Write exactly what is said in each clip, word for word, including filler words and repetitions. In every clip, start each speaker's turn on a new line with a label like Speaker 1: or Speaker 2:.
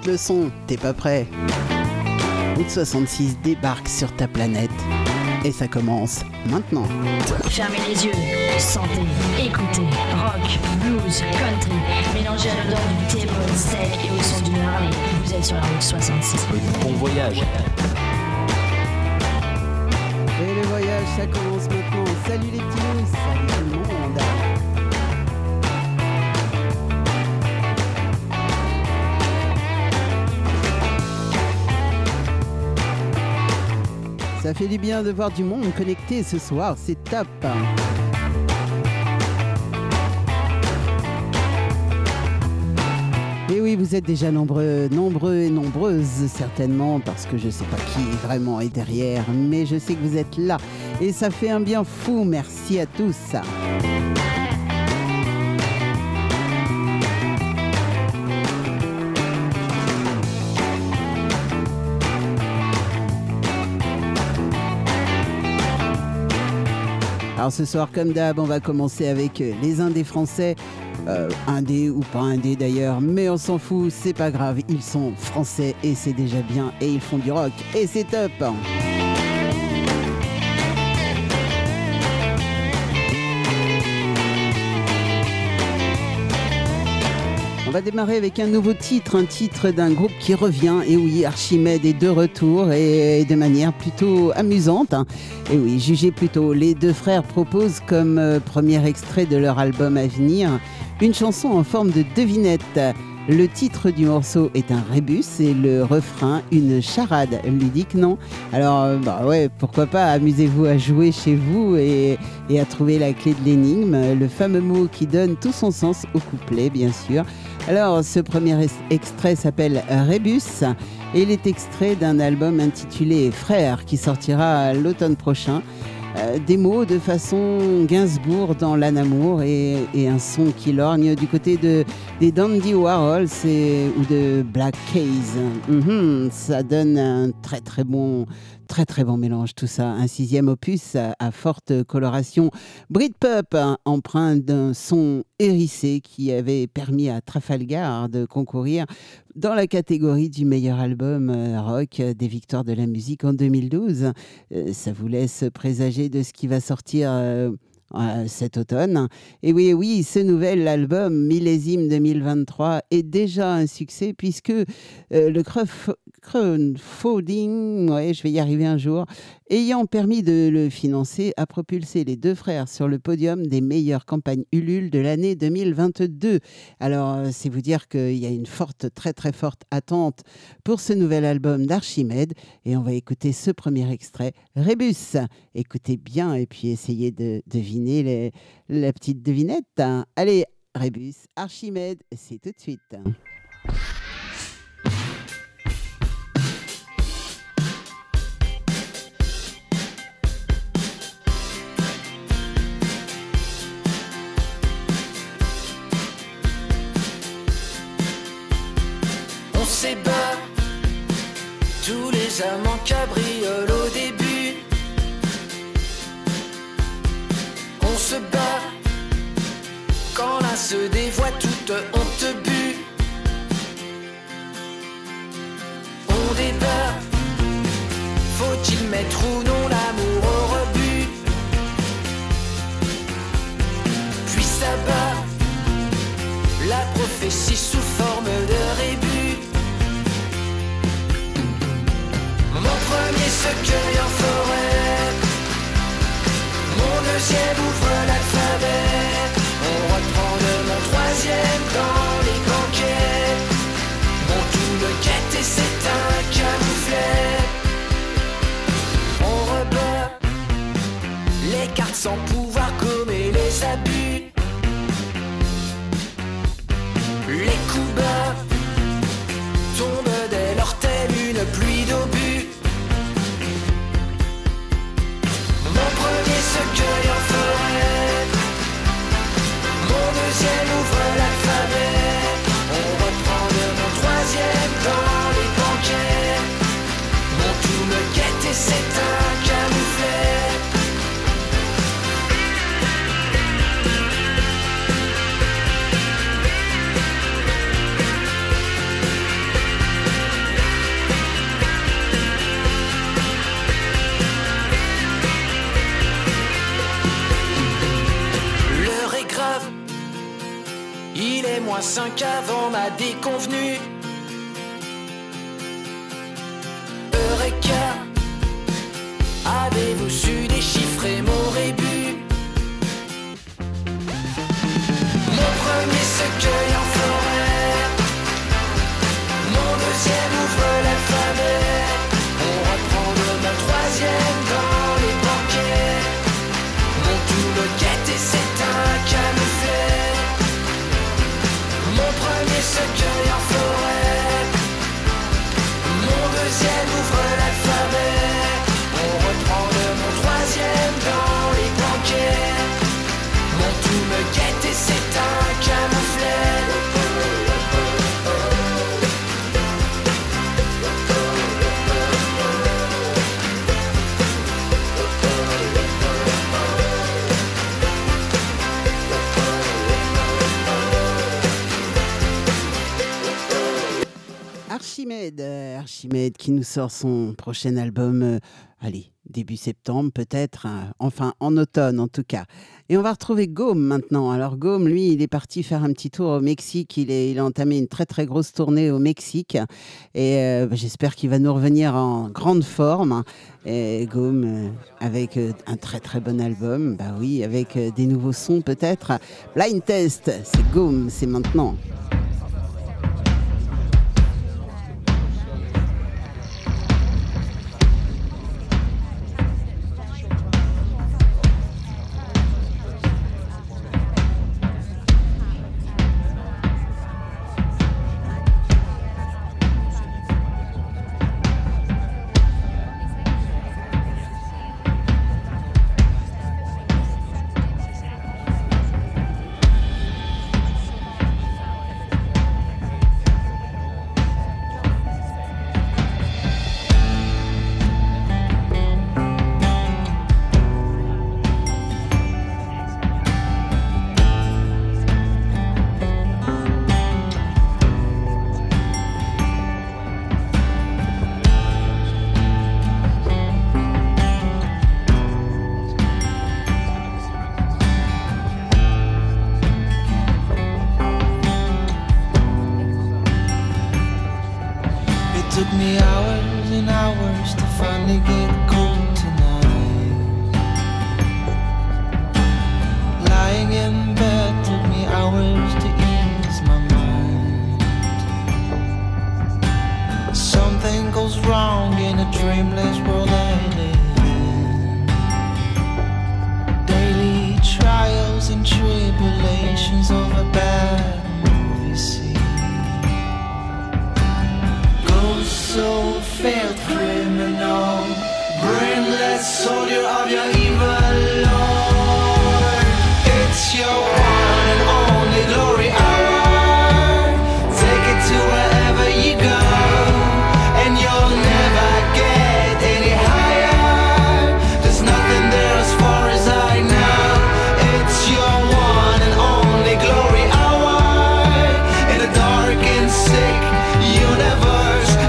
Speaker 1: monte le son, t'es pas prêt? Route soixante-six débarque sur ta planète. Et ça commence maintenant.
Speaker 2: Fermez les yeux, sentez, écoutez, rock, blues, country, mélangez à l'odeur du thé, bon steak et au son d'une Harley. Vous êtes sur la route soixante-six.
Speaker 3: Bon voyage.
Speaker 1: Et le voyage, ça commence maintenant. Salut les petits loups, salut tout le monde. Ça fait du bien de voir du monde connecté ce soir, c'est top. Et oui, vous êtes déjà nombreux, nombreux et nombreuses certainement, parce que je sais pas qui vraiment est derrière, mais je sais que vous êtes là. Et ça fait un bien fou, merci à tous. Alors ce soir, comme d'hab, on va commencer avec les indés français. Euh, indés ou pas indés d'ailleurs, mais on s'en fout, c'est pas grave. Ils sont français et c'est déjà bien. Et ils font du rock et c'est top. On va démarrer avec un nouveau titre, un titre d'un groupe qui revient. Et oui, Archimède est de retour et de manière plutôt amusante. Et oui, jugez plutôt. Les deux frères proposent comme euh, premier extrait de leur album à venir une chanson en forme de devinette. Le titre du morceau est un rébus et le refrain une charade ludique, non? Alors, bah ouais, pourquoi pas, amusez-vous à jouer chez vous et, et à trouver la clé de l'énigme, le fameux mot qui donne tout son sens au couplet, bien sûr. Alors, ce premier extrait s'appelle Rébus et il est extrait d'un album intitulé Frères qui sortira l'automne prochain. Euh, des mots de façon Gainsbourg dans L'Âne Amour et, et un son qui lorgne du côté de, des Dandy Warhols et, ou de Black Keys. Mm-hmm, ça donne un très très bon, très très bon mélange tout ça. Un sixième opus à, à forte coloration Britpop, hein, empreint d'un son hérissé qui avait permis à Trafalgar de concourir dans la catégorie du meilleur album euh, rock des Victoires de la musique en deux mille douze. Euh, ça vous laisse présager de ce qui va sortir euh, euh, cet automne. Et oui, oui, ce nouvel album, millésime deux mille vingt-trois, est déjà un succès puisque euh, le crowdfunding, ouais, je vais y arriver un jour, ayant permis de le financer, a propulsé les deux frères sur le podium des meilleures campagnes Ulule de l'année deux mille vingt-deux. Alors, c'est vous dire qu'il y a une forte, très très forte attente pour ce nouvel album d'Archimède. Et on va écouter ce premier extrait, Rébus. Écoutez bien et puis essayez de deviner les, la petite devinette. Hein. Allez, Rébus, Archimède, c'est tout de suite.
Speaker 4: On s'ébat, tous les amants cabrioles au début. On se bat, quand l'un se dévoie toute honte but. On débat, faut-il mettre ou non l'amour au rebut? Puis s'abat, la prophétie sous forme de rébut. Mon premier cercueil en forêt, mon deuxième ouvre l'alphabet. On reprend de mon troisième dans les banquets. Mon tout me guette et c'est un camouflet. On rebat les cartes sans pouvoir gommer les abus. Les coups bas tombent dès leur telle une pluie d'obus. Mon premier cercueil en forêt, mon deuxième ouvre l'alphabet. On reprend de mon troisième dans les banquets. Mon tout me guette et c'est un camouflet. moins cinq avant ma déconvenue. Eureka, avez-vous su déchiffrer mon rébut? Mon premier cercueil en forêt, mon deuxième ouvre l'alphabet. On reprend de mon troisième dans les banquets. Mon tout me guette et c'est un camouflet. Mon premier cercueil en forêt, mon deuxième ouvre l'alphabet. On reprend de mon troisième dans les banquets. Mon tout me guette et c'est un camouflet.
Speaker 1: Archimède, euh, Archimède qui nous sort son prochain album, euh, allez, début septembre peut-être, hein, enfin en automne en tout cas. Et on va retrouver Gaume maintenant. Alors Gaume, lui, il est parti faire un petit tour au Mexique, il, est, il a entamé une très très grosse tournée au Mexique et euh, bah, j'espère qu'il va nous revenir en grande forme. Et Gaume euh, avec euh, un très très bon album, bah oui, avec euh, des nouveaux sons peut-être. Blind Test, c'est Gaume, c'est maintenant.
Speaker 3: Took me hours and hours to finally get cold tonight. Lying in bed took me hours to ease my mind. Something goes wrong in a dreamless world I live in. Daily trials and tribulations of a bad movie scene. So failed criminal, brainless soldier of your evil lord. It's your one and only glory hour. Take it to wherever you go, and you'll never get any higher. There's nothing there as far as I know. It's your one and only glory hour in a dark and sick universe.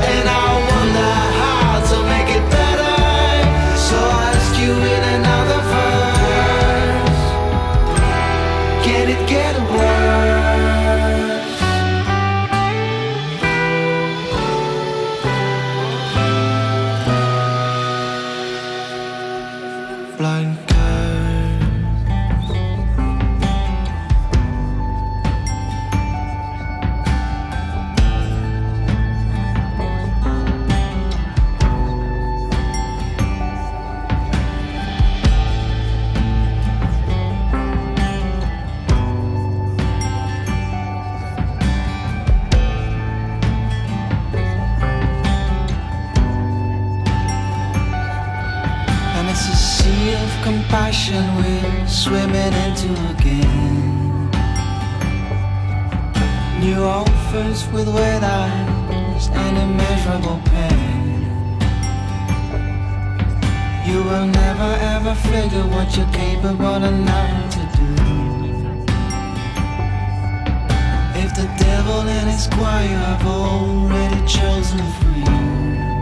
Speaker 3: Compassion we're swimming into again. New offers with wet eyes and immeasurable pain. You will never ever figure what you're capable enough to do. If the devil and his choir have already chosen for you.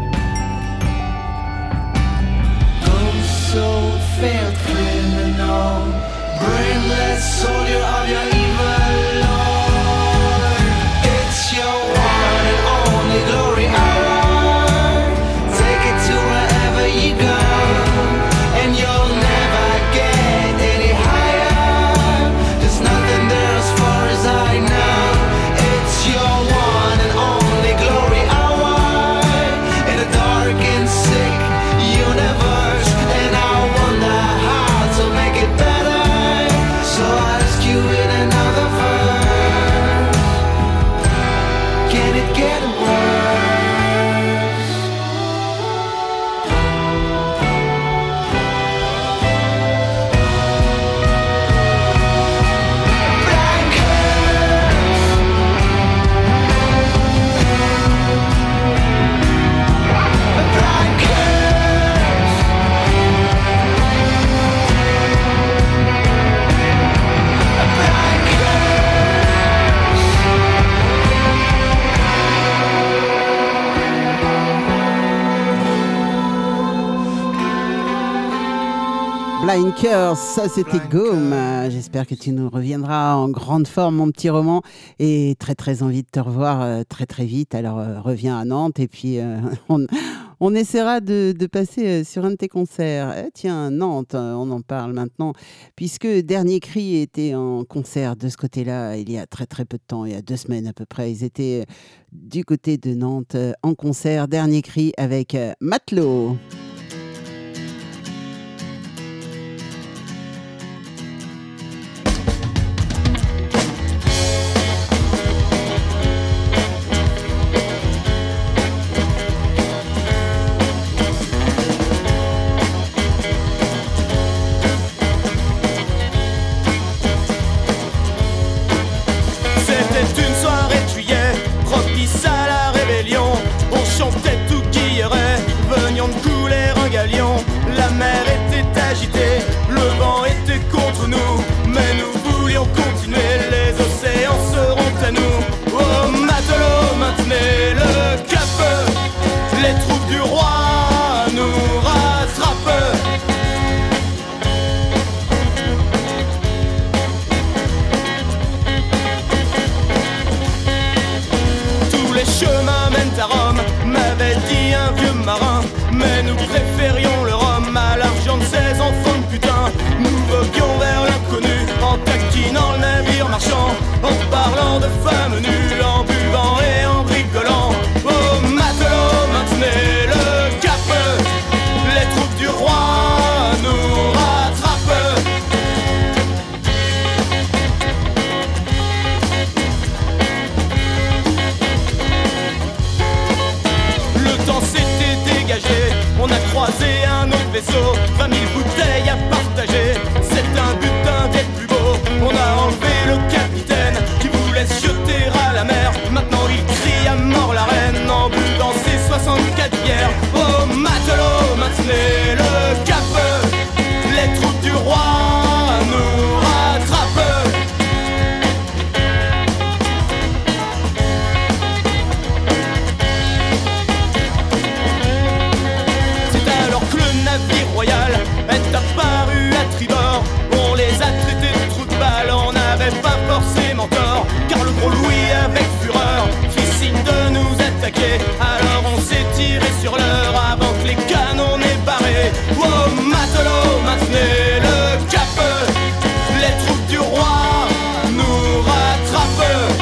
Speaker 3: So failed criminal, brainless soldier of your evil lord.
Speaker 1: Flying Curse, ça c'était Gaume. J'espère que tu nous reviendras en grande forme, mon petit roman, et très très envie de te revoir euh, très très vite. Alors euh, reviens à Nantes et puis euh, on, on essaiera de, de passer euh, sur un de tes concerts. Eh, tiens, Nantes, euh, on en parle maintenant, puisque Dernier Cri était en concert de ce côté-là il y a très très peu de temps, il y a deux semaines à peu près. Ils étaient euh, du côté de Nantes euh, en concert, Dernier Cri avec euh, Matelot.
Speaker 5: En parlant de femmes nues, en buvant et en rigolant. Oh matelot, maintenez le cap. Les troupes du roi nous rattrapent. Le temps s'était dégagé, on a croisé un autre vaisseau. Vingt mille bouteilles à partager, c'est un butin d'être plus beau. On a enlevé le capitaine qui voulait se jeter à la mer. Maintenant il crie à mort la reine en buvant ses soixante-quatre bières. Oh matelot, maintenez le cap. Les troupes du roi nous rattrapent. C'est alors que le navire royal est apparu à tribord. On les a traités de trous de balle, on n'avait pas forcément tort, car le gros Louis avec fureur fit signe de nous attaquer. Alors on s'est tiré sur l'heure avant que les canons n'aient barré. Oh matelot, maintenez le cap. Les troupes du roi nous rattrapent.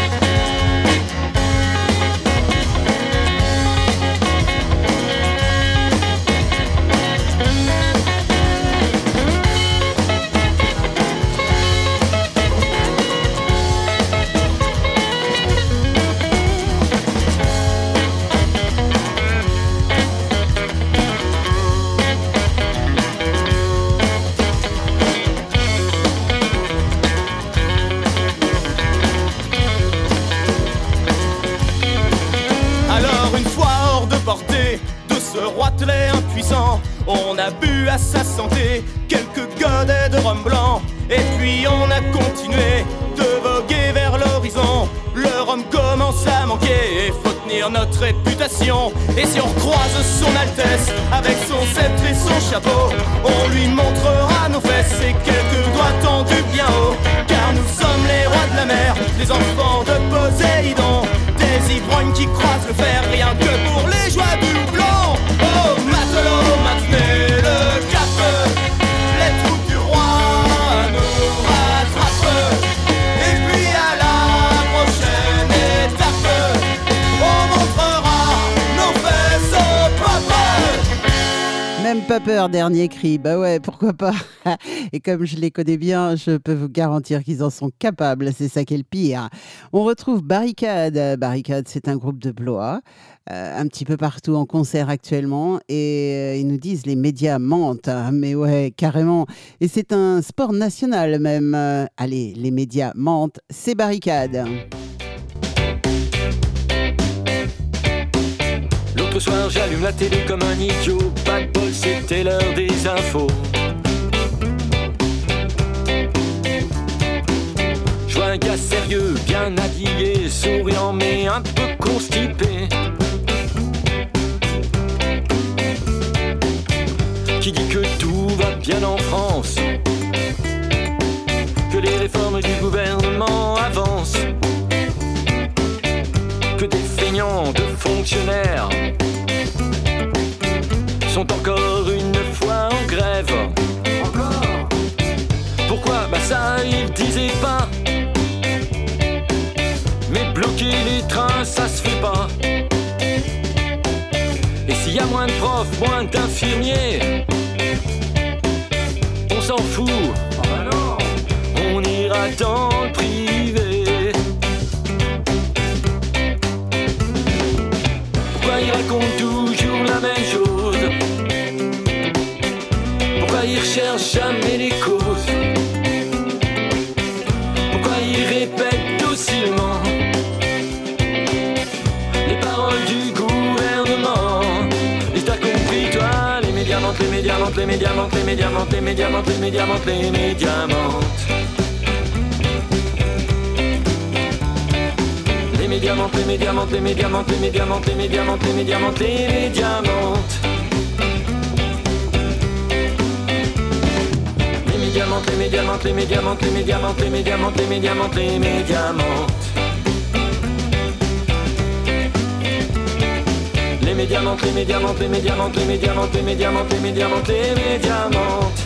Speaker 5: Roitelet impuissant, on a bu à sa santé quelques godets de rhum blanc, et puis on a continué de voguer vers l'horizon. Le rhum commence à manquer, et faut tenir notre réputation. Et si on croise son Altesse avec son sceptre et son chapeau, on lui montrera nos fesses et quelques doigts tendus bien haut. Car nous sommes les rois de la mer, les enfants de Poséidon, des ivrognes qui croisent le fer, rien que pour les joies du houblon. Oh matelot, maintenez le cap. Les troupes du roi nous rattrapent. Et puis à la prochaine étape, on montrera nos fesses au papa.
Speaker 1: Même pas peur, Dernier Cri. Bah ouais, pourquoi pas. Et comme je les connais bien, je peux vous garantir qu'ils en sont capables. C'est ça qui est le pire. On retrouve Barricade. Barricade, c'est un groupe de Blois. Euh, un petit peu partout en concert actuellement, et euh, ils nous disent les médias mentent, mais ouais, carrément, et c'est un sport national même. Euh, allez, les médias mentent, c'est Barricade.
Speaker 6: L'autre soir j'allume la télé comme un idiot, pas de bol, c'était l'heure des infos. Je vois un gars sérieux, bien habillé, souriant mais un peu constipé, qui dit que tout va bien bien en France que les réformes du gouvernement avancent, que des feignants de fonctionnaires sont encore une fois en grève. Encore ? Pourquoi ? Bah ça ils disaient pas. Mais bloquer les trains ça se fait pas. Et s'il y a moins de profs, moins d'infirmiers, on s'en fout. Oh bah non. On ira dans le privé. Pourquoi ils racontent toujours la même chose ? Pourquoi ils recherchent jamais les causes ? Pourquoi ils répètent docilement les paroles du gouvernement ? Et t'as compris toi, les médias mentent, les médias mentent, les médias mentent, les médias mentent, les médias mentent, les médias mentent, les médias mentent. Les médias mentent, les médias mentent, les médias mentent, les médias mentent, les médias mentent, les médias mentent, les médias mentent. Les médias mentent, les médias mentent, les médias mentent, les médias mentent, les médias mentent, les médias mentent, les médias mentent. Les médias mentent, les médias mentent, les médias mentent, les médias mentent, les médias mentent, les médias mentent, les médias mentent.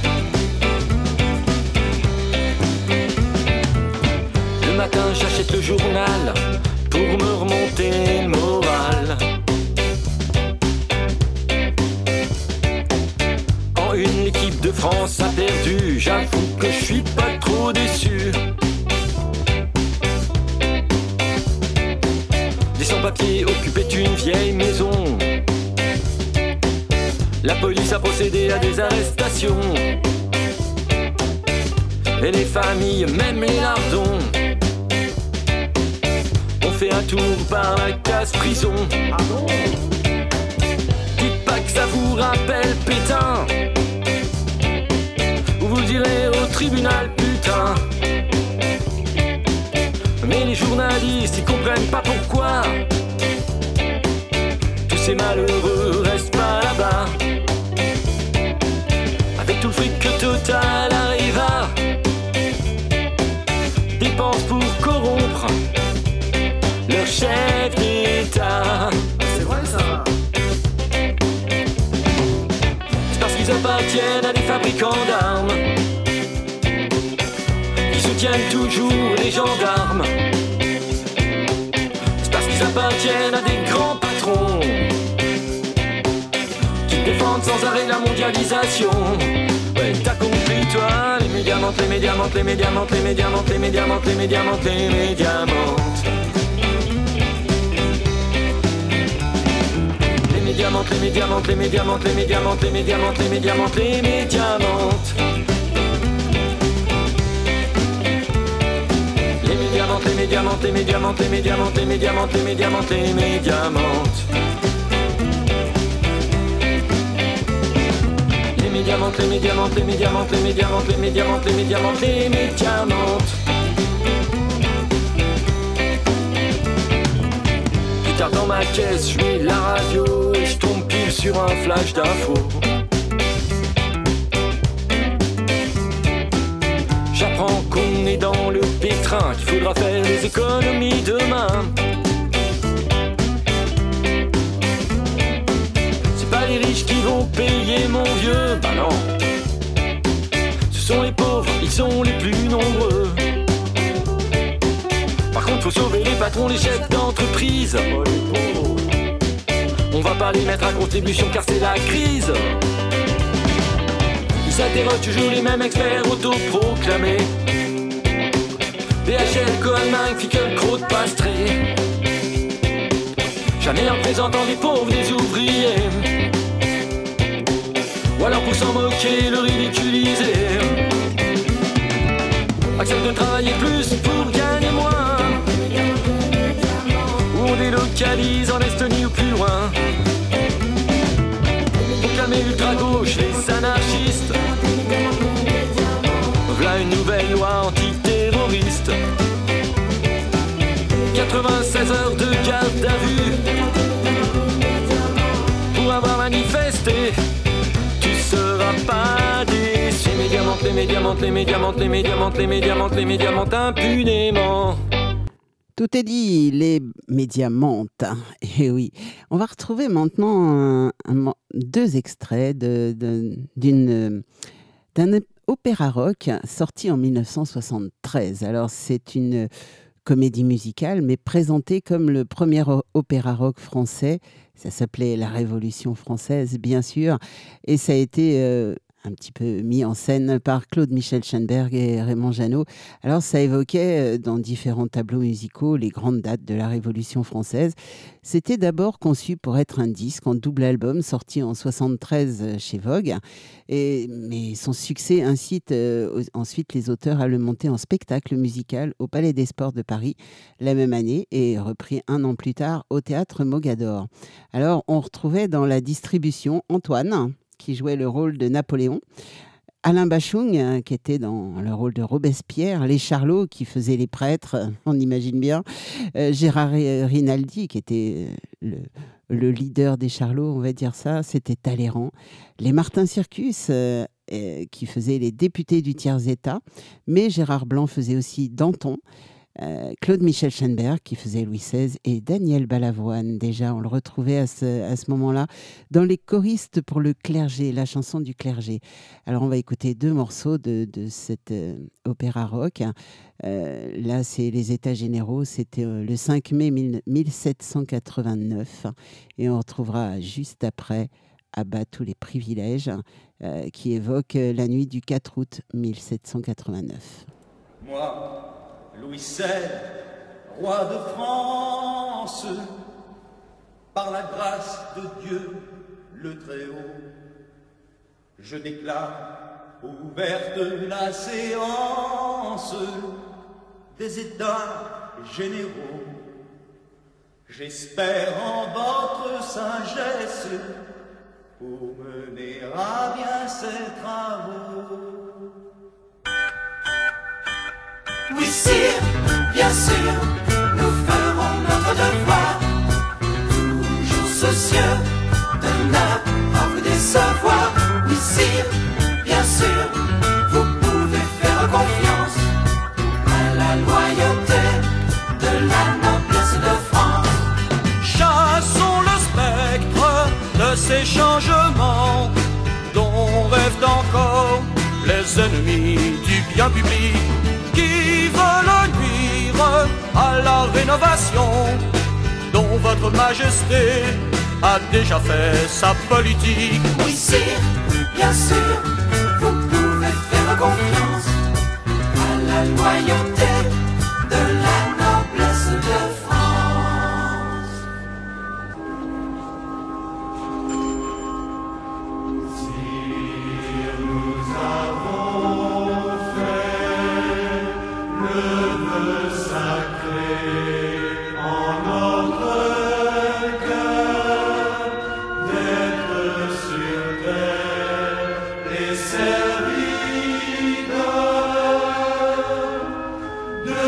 Speaker 6: Le matin j'achète le journal pour me remonter le moral. En une, l'équipe de France a perdu. J'avoue que je suis pas trop déçu. Des sans-papiers occupaient une vieille maison. La police a procédé à des arrestations. Et les familles, même les lardons, fait un tour par la case prison. Ah bon ? Dites pas que ça vous rappelle Pétain, ou vous direz au tribunal putain. Mais les journalistes ils comprennent pas pourquoi tous ces malheureux restent pas là-bas. Avec tout le fric que Total arrive à dépense pour corrompre leur chef d'État.
Speaker 7: C'est vrai ça.
Speaker 6: C'est parce qu'ils appartiennent à des fabricants d'armes qui soutiennent toujours les gendarmes. C'est parce qu'ils appartiennent à des grands patrons qui défendent sans arrêt la mondialisation. Ouais, t'as compris toi, les médias mentent, les médias mentent, les médias mentent, les médias mentent, les médias mentent, les médias mentent, les médias mentent. Les médias mentent, les médias mentent, les médias mentent, les médias mentent, les médias mentent, les médias mentent, les médias mentent. Les médias mentent, les médias mentent, les médias mentent, les médias mentent, les médias mentent, les médias mentent, les médias mentent. Les médias mentent, les médias mentent, les médias mentent, les médias mentent, les médias mentent, les médias mentent, les médias mentent. Plus tard dans ma caisse, je mets la radio et je tombe pile sur un flash d'infos. J'apprends qu'on est dans le pétrin, qu'il faudra faire des économies demain. C'est pas les riches qui vont payer mon vieux, bah non. Ce sont les pauvres, ils sont les plus nombreux. Par contre faut sauver les patrons, les chefs d'entreprise. On va pas les mettre à contribution car c'est la crise. Ils s'interrogent toujours les mêmes experts autoproclamés. D H L, Coleman, Fickel, Crotte, Pastré. Jamais un représentant des pauvres, des ouvriers. Ou alors pour s'en moquer, le ridiculiser. Accepte de travailler plus pour gagner moins. Ou on délocalise en Estonie ou plus loin. Pour calmer l'ultra-gauche, les anarchistes. Voilà une nouvelle loi antiterroriste. quatre-vingt-seize heures de garde à vue pour avoir manifesté. Tu seras pas déçu. médias mentent, les médias mentent, les médias mentent, les médias mentent, les médias mentent impunément.
Speaker 1: Tout est dit, les médias mentent. Et oui, on va retrouver maintenant un- un- deux extraits de- de- d'une, d'un opéra rock sorti en mille neuf cent soixante-treize. Alors, c'est une comédie musicale, mais présentée comme le premier o- opéra rock français. Ça s'appelait La Révolution française, bien sûr. Et ça a été euh, un petit peu mis en scène par Claude Michel Schoenberg et Raymond Jeannot. Alors, ça évoquait euh, dans différents tableaux musicaux les grandes dates de la Révolution française. C'était d'abord conçu pour être un disque en double album sorti en soixante-treize euh, chez Vogue. Et, mais son succès incite euh, aux- ensuite les auteurs à le monter en spectacle musical au Palais des Sports de Paris la même année et repris un an plus tard au Théâtre Mogador. Alors, on retrouvait dans la distribution Antoine, qui jouait le rôle de Napoléon, Alain Bachung, euh, qui était dans le rôle de Robespierre, les Charlots, qui faisaient les prêtres, euh, on imagine bien, euh, Gérard Ri- Rinaldi, qui était euh, le, le leader des Charlots, on va dire ça, c'était Talleyrand, les Martin Circus, euh, euh, qui faisaient les députés du tiers-État, mais Gérard Blanc faisait aussi Danton, euh, Claude Michel Schoenberg qui faisait Louis seize et Daniel Balavoine. Déjà, on le retrouvait à ce, à ce moment-là dans les choristes pour le clergé, la chanson du clergé. Alors, on va écouter deux morceaux de, de cet euh, opéra rock. Euh, là, c'est les États généraux. C'était euh, le cinq mai mille sept cent quatre-vingt-neuf. Et on retrouvera juste après à bas tous les privilèges, euh, qui évoque euh, la nuit du quatre août mille sept cent quatre-vingt-neuf.
Speaker 7: Moi, Louis seize, roi de France, par la grâce de Dieu le Très-Haut, je déclare ouverte la séance des États généraux. J'espère en votre sagesse pour mener à bien ces travaux.
Speaker 4: Oui, sire, bien sûr, nous ferons notre devoir, toujours soucieux de ne pas vous décevoir. Oui, sire, bien sûr, vous pouvez faire confiance à la loyauté de la noblesse de France.
Speaker 5: Chassons le spectre de ces changements dont rêvent encore les ennemis du bien public qui veulent nuire à la rénovation dont votre majesté a déjà fait sa politique.
Speaker 4: Oui, sire, bien sûr, vous pouvez faire confiance à la loyauté de la noblesse de France.
Speaker 3: De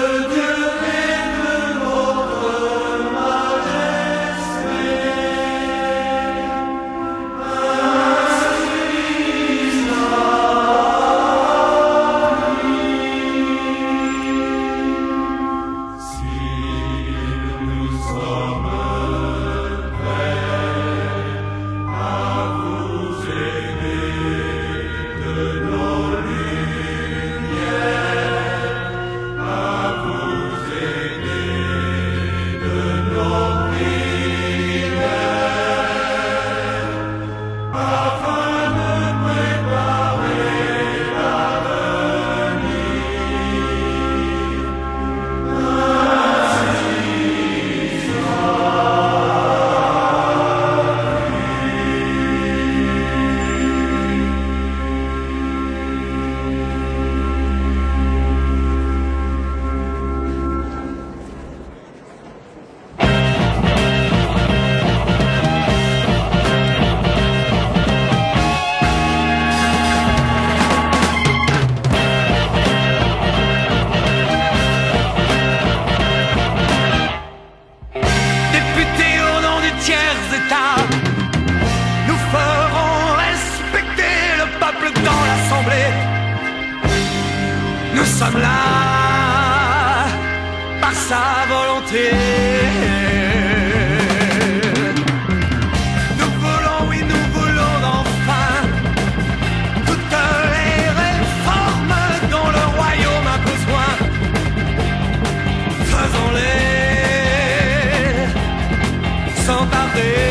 Speaker 8: sa volonté. Nous voulons, oui, nous voulons enfin toutes les réformes dont le royaume a besoin. Faisons-les sans tarder.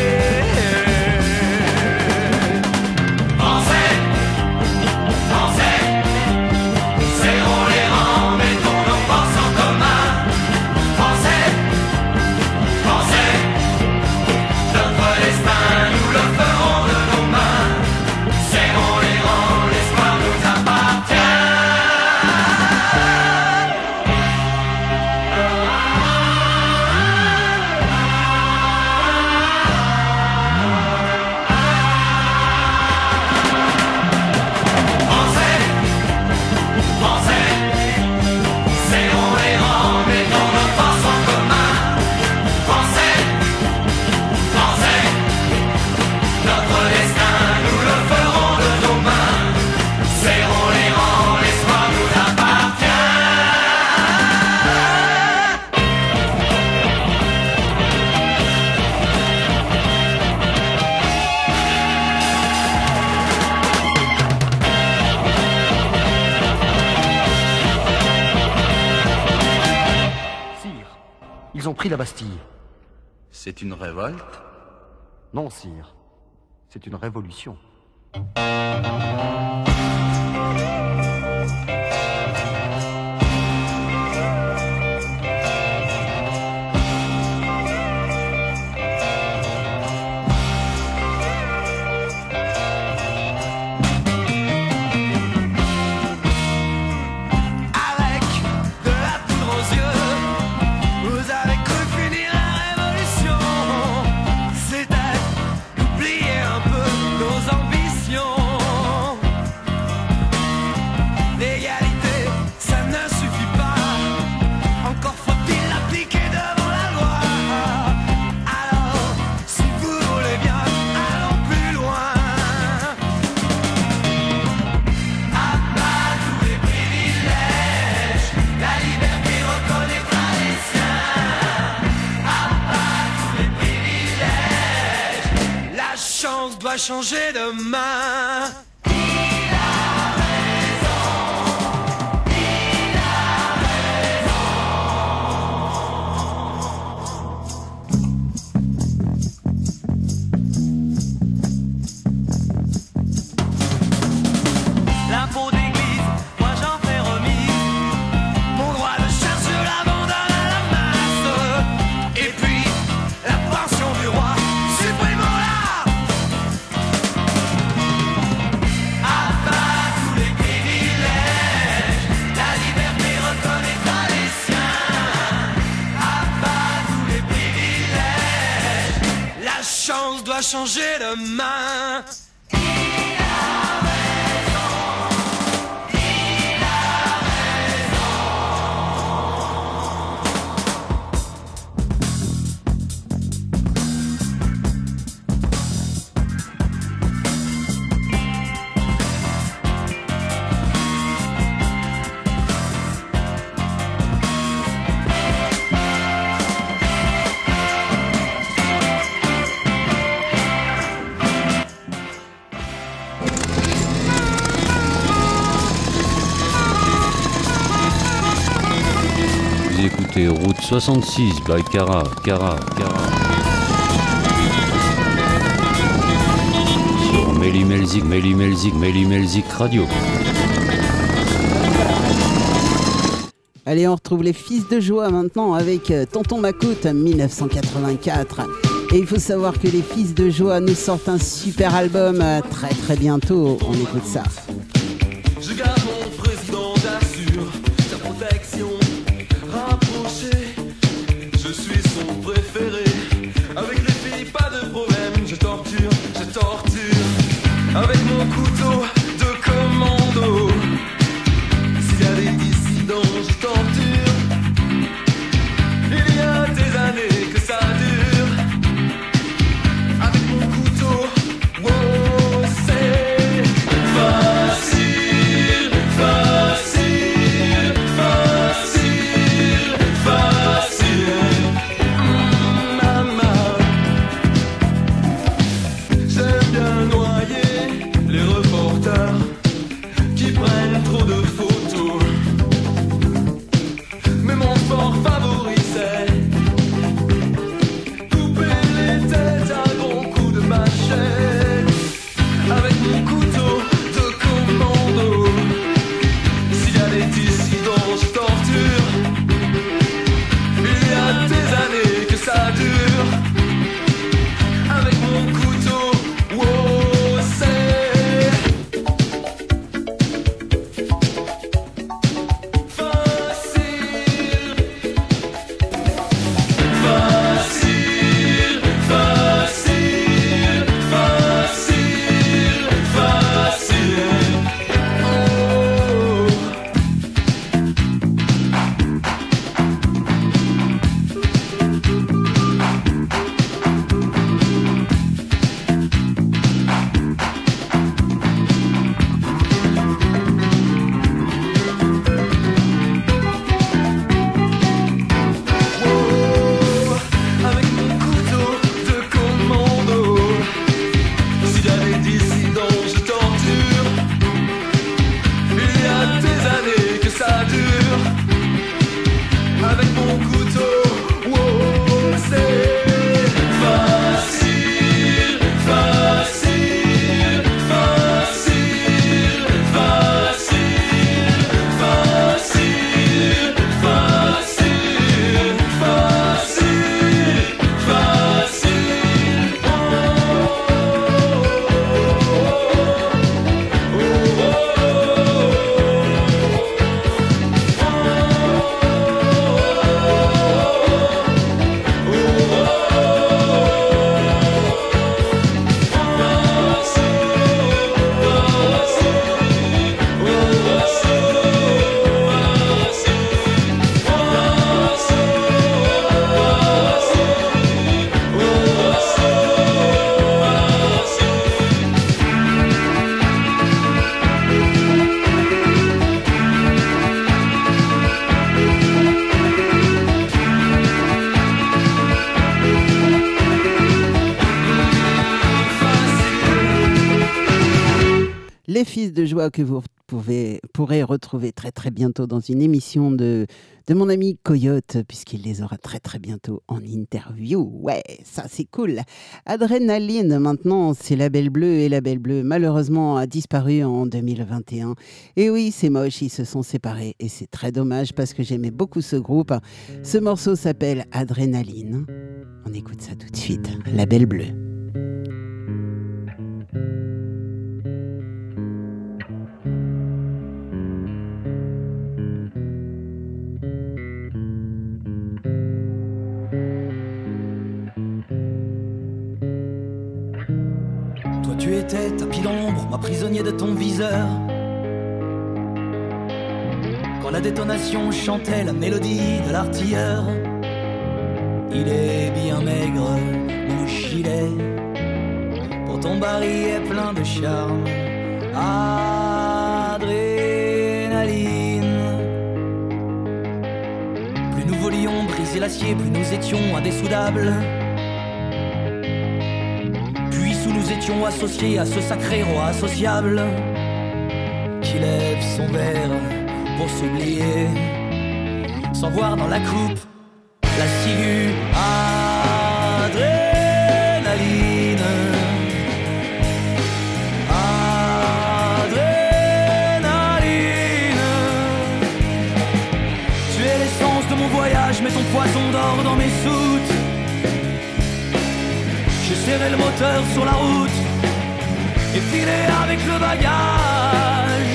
Speaker 9: Ils ont pris la Bastille.
Speaker 10: C'est une révolte?
Speaker 9: Non, sire. C'est une révolution.
Speaker 8: Doit changer de main. L'impôt d'église, moi j'en fais remise. Mon droit de charge, je l'abandonne à la masse. Et puis, la pension du roi, supprimons-la. Doit changer de main.
Speaker 11: Écoutez Route soixante-six by Cara, Cara, Cara. Sur Mélimelzik, Mélimelzik, Mélimelzik Radio.
Speaker 1: Allez, on retrouve les Fils de Joie maintenant avec Tonton Macoute mille neuf cent quatre-vingt-quatre. Et il faut savoir que les Fils de Joie nous sortent un super album très très bientôt. On écoute ça.
Speaker 8: Je garde mon président, j'assure sa protection. Je suis son préféré. Avec les filles, pas de problème. Je torture, je torture. Avec mon couteau de commando. S'il y a des dissidents, je torture. Il y a des années que ça dure. Avec mon couteau, wow, c'est facile.
Speaker 1: les fils de joie que vous pouvez, pourrez retrouver très très bientôt dans une émission de, de mon ami Coyote, puisqu'il les aura très très bientôt en interview. Ouais, ça c'est cool. Adrénaline, maintenant, c'est Label Bleu, et Label Bleu, malheureusement, a disparu en deux mille vingt et un. Et oui, c'est moche, ils se sont séparés, et c'est très dommage parce que j'aimais beaucoup ce groupe. Ce morceau s'appelle Adrénaline. On écoute ça tout de suite. Label Bleu.
Speaker 7: Tu étais tapis dans l'ombre, ma prisonnier de ton viseur. Quand la détonation chantait la mélodie de l'artilleur. Il est bien maigre, mon gilet. Pour ton barillet plein de charme. Adrénaline. Plus nous volions briser l'acier, plus nous étions indessoudables. Nous étions associés à ce sacré roi associable qui lève son verre pour s'oublier, sans voir dans la coupe la ciguë. Adrénaline, adrénaline. Tu es l'essence de mon voyage, mais ton poison dort dans mes soutes. J'ai serré le moteur sur la route et filé avec le bagage.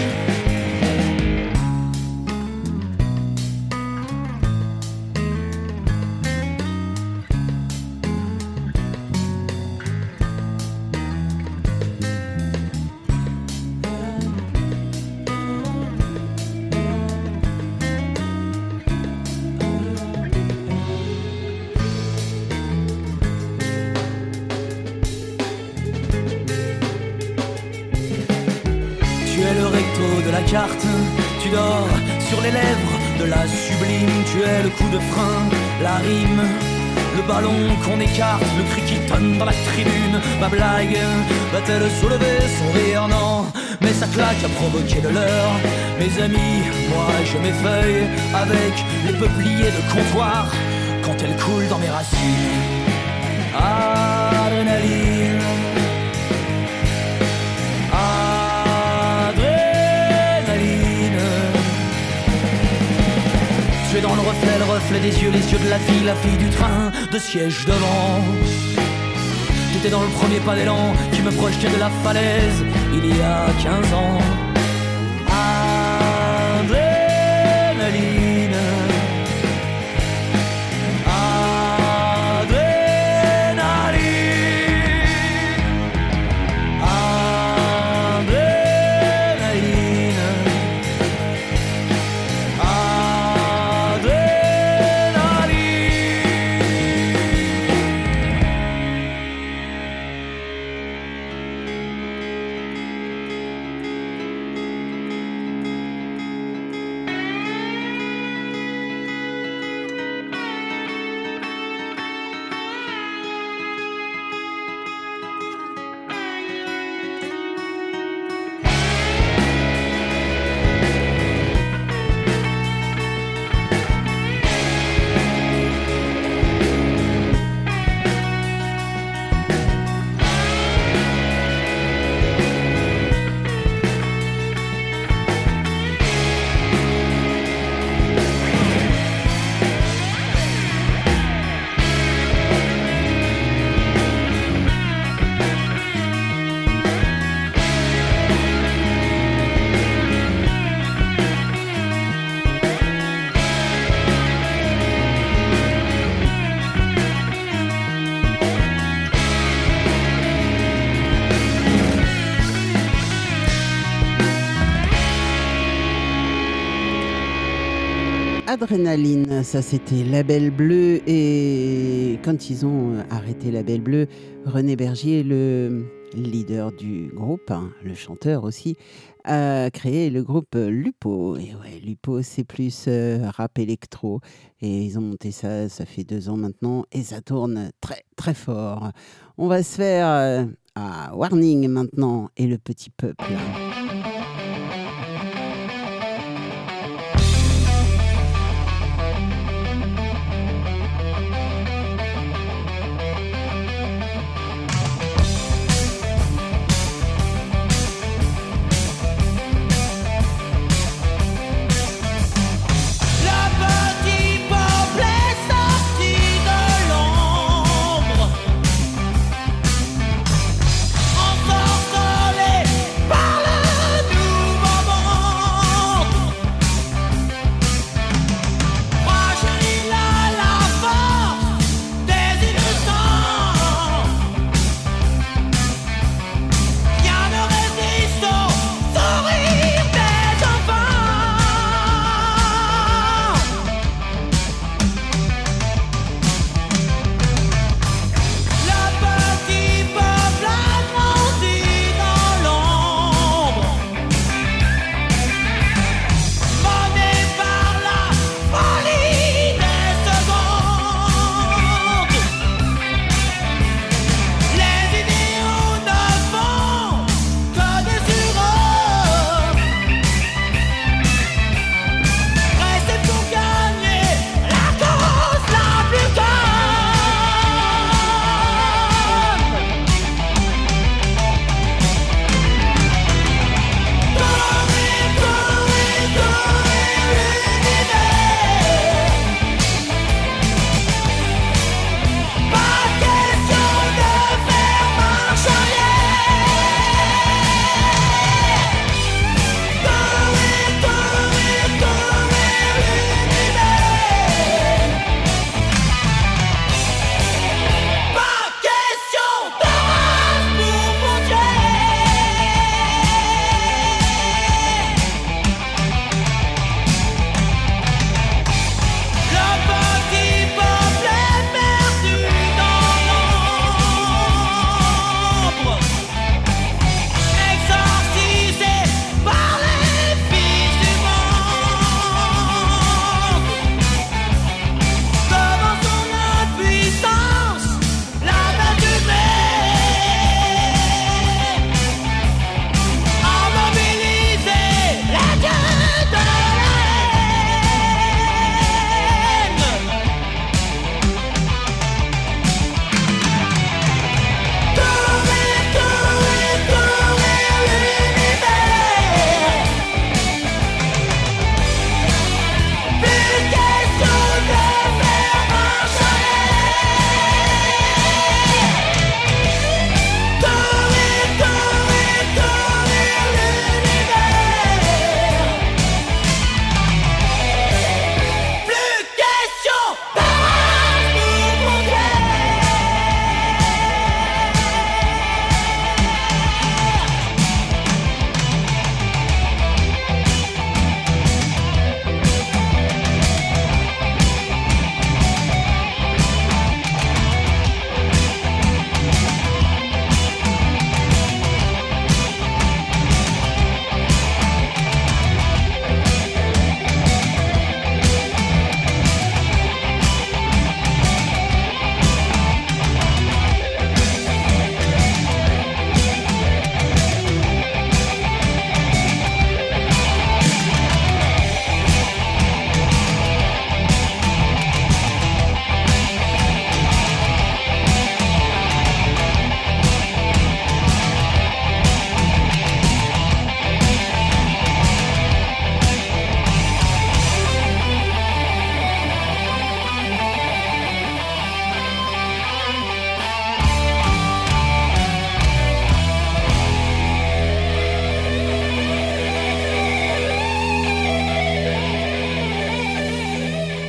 Speaker 7: Carte, tu dors sur les lèvres de la sublime. Tu es le coup de frein, la rime, le ballon qu'on écarte, le cri qui tonne dans la tribune. Ma blague va-t-elle soulever son rire? Non, mais sa claque a provoqué de l'heure. Mes amis, moi je m'effeuille avec les peupliers de comptoir quand elle coule dans mes racines. Adrénaline, tu es dans le reflet, le reflet des yeux, les yeux de la fille, la fille du train, de siège devant. T'étais dans le premier pas d'élan qui me projetait de la falaise il y a quinze ans. Adrénaline,
Speaker 1: Adrénaline, ça c'était Label Bleu, et quand ils ont arrêté Label Bleu, René Bergier, le leader du groupe, hein, le chanteur aussi, a créé le groupe Lupo. Et ouais, Lupo c'est plus euh, rap électro, et ils ont monté ça, ça fait deux ans maintenant, et ça tourne très très fort. On va se faire euh, à Warning maintenant, et le petit peuple.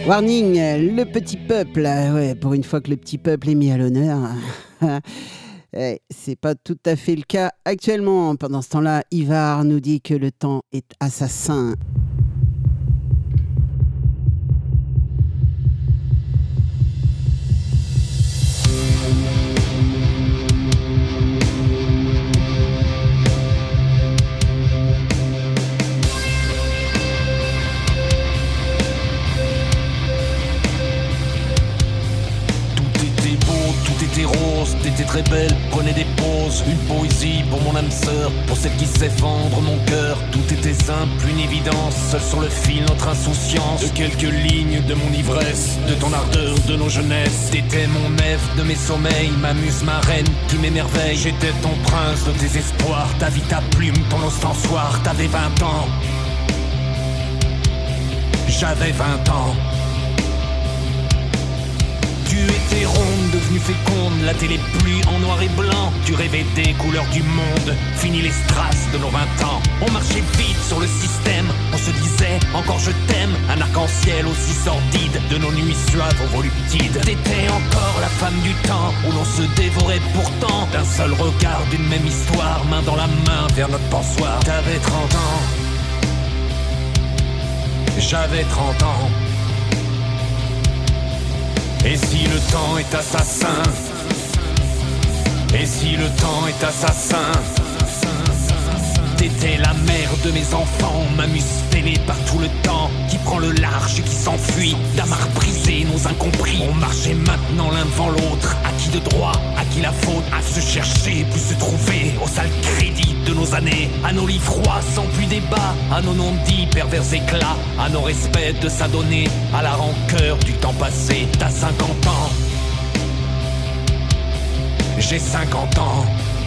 Speaker 1: Warning, le petit peuple. Ouais, pour une fois que le petit peuple est mis à l'honneur. Eh, c'est pas tout à fait le cas actuellement. Pendant ce temps-là, Ivar nous dit que le temps est assassin.
Speaker 7: Rose, t'étais très belle, prenez des pauses, une poésie pour mon âme sœur, pour celle qui sait fendre mon cœur. Tout était simple, une évidence, seul sur le fil notre insouciance. De quelques lignes de mon ivresse, de ton ardeur, de nos jeunesses. T'étais mon Ève de mes sommeils, ma muse, ma reine qui m'émerveille. J'étais ton prince de tes espoirs, ta vie, ta plume, ton ostensoir. T'avais vingt ans, j'avais vingt ans. Tu étais ronde, devenue féconde, la télé pluie en noir et blanc. Tu rêvais des couleurs du monde, fini les strass de nos vingt ans. On marchait vite sur le système, on se disait encore je t'aime. Un arc-en-ciel aussi sordide, de nos nuits suaves aux voluptides. T'étais encore la femme du temps, où l'on se dévorait pourtant. D'un seul regard, d'une même histoire, main dans la main vers notre pensoir. T'avais trente ans, j'avais trente ans. Et si le temps est assassin? Et si le temps est assassin? T'étais la mère de mes enfants, ma muse fêlée par tout le temps, qui prend le large et qui s'enfuit, d'amarre brisée, nos incompris. On marchait maintenant l'un devant l'autre, à qui de droit, à qui la faute, à se chercher, puis se trouver, au sale crédit de nos années, à nos lits froids sans plus débat, à nos non-dits pervers éclats, à nos respects de s'adonner, à la rancœur du temps passé. T'as cinquante ans, j'ai cinquante ans.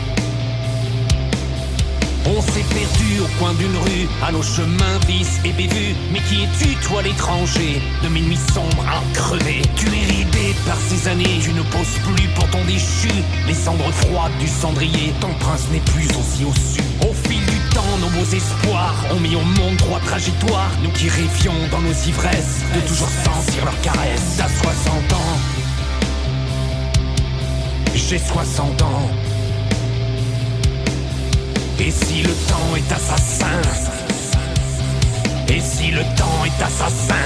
Speaker 7: On s'est perdu au coin d'une rue, à nos chemins vis et bévus. Mais qui es-tu, toi l'étranger, de mes nuits sombres à crever? Tu es ridé par ces années, tu ne poses plus pour ton déchu. Les cendres froides du cendrier, ton prince n'est plus aussi au su. Au fil du temps, nos beaux espoirs ont mis au monde trois trajectoires. Nous qui rêvions dans nos ivresses, de toujours sentir leurs caresses. T'as soixante ans, j'ai soixante ans. Et si le temps est assassin? Et si le temps est assassin?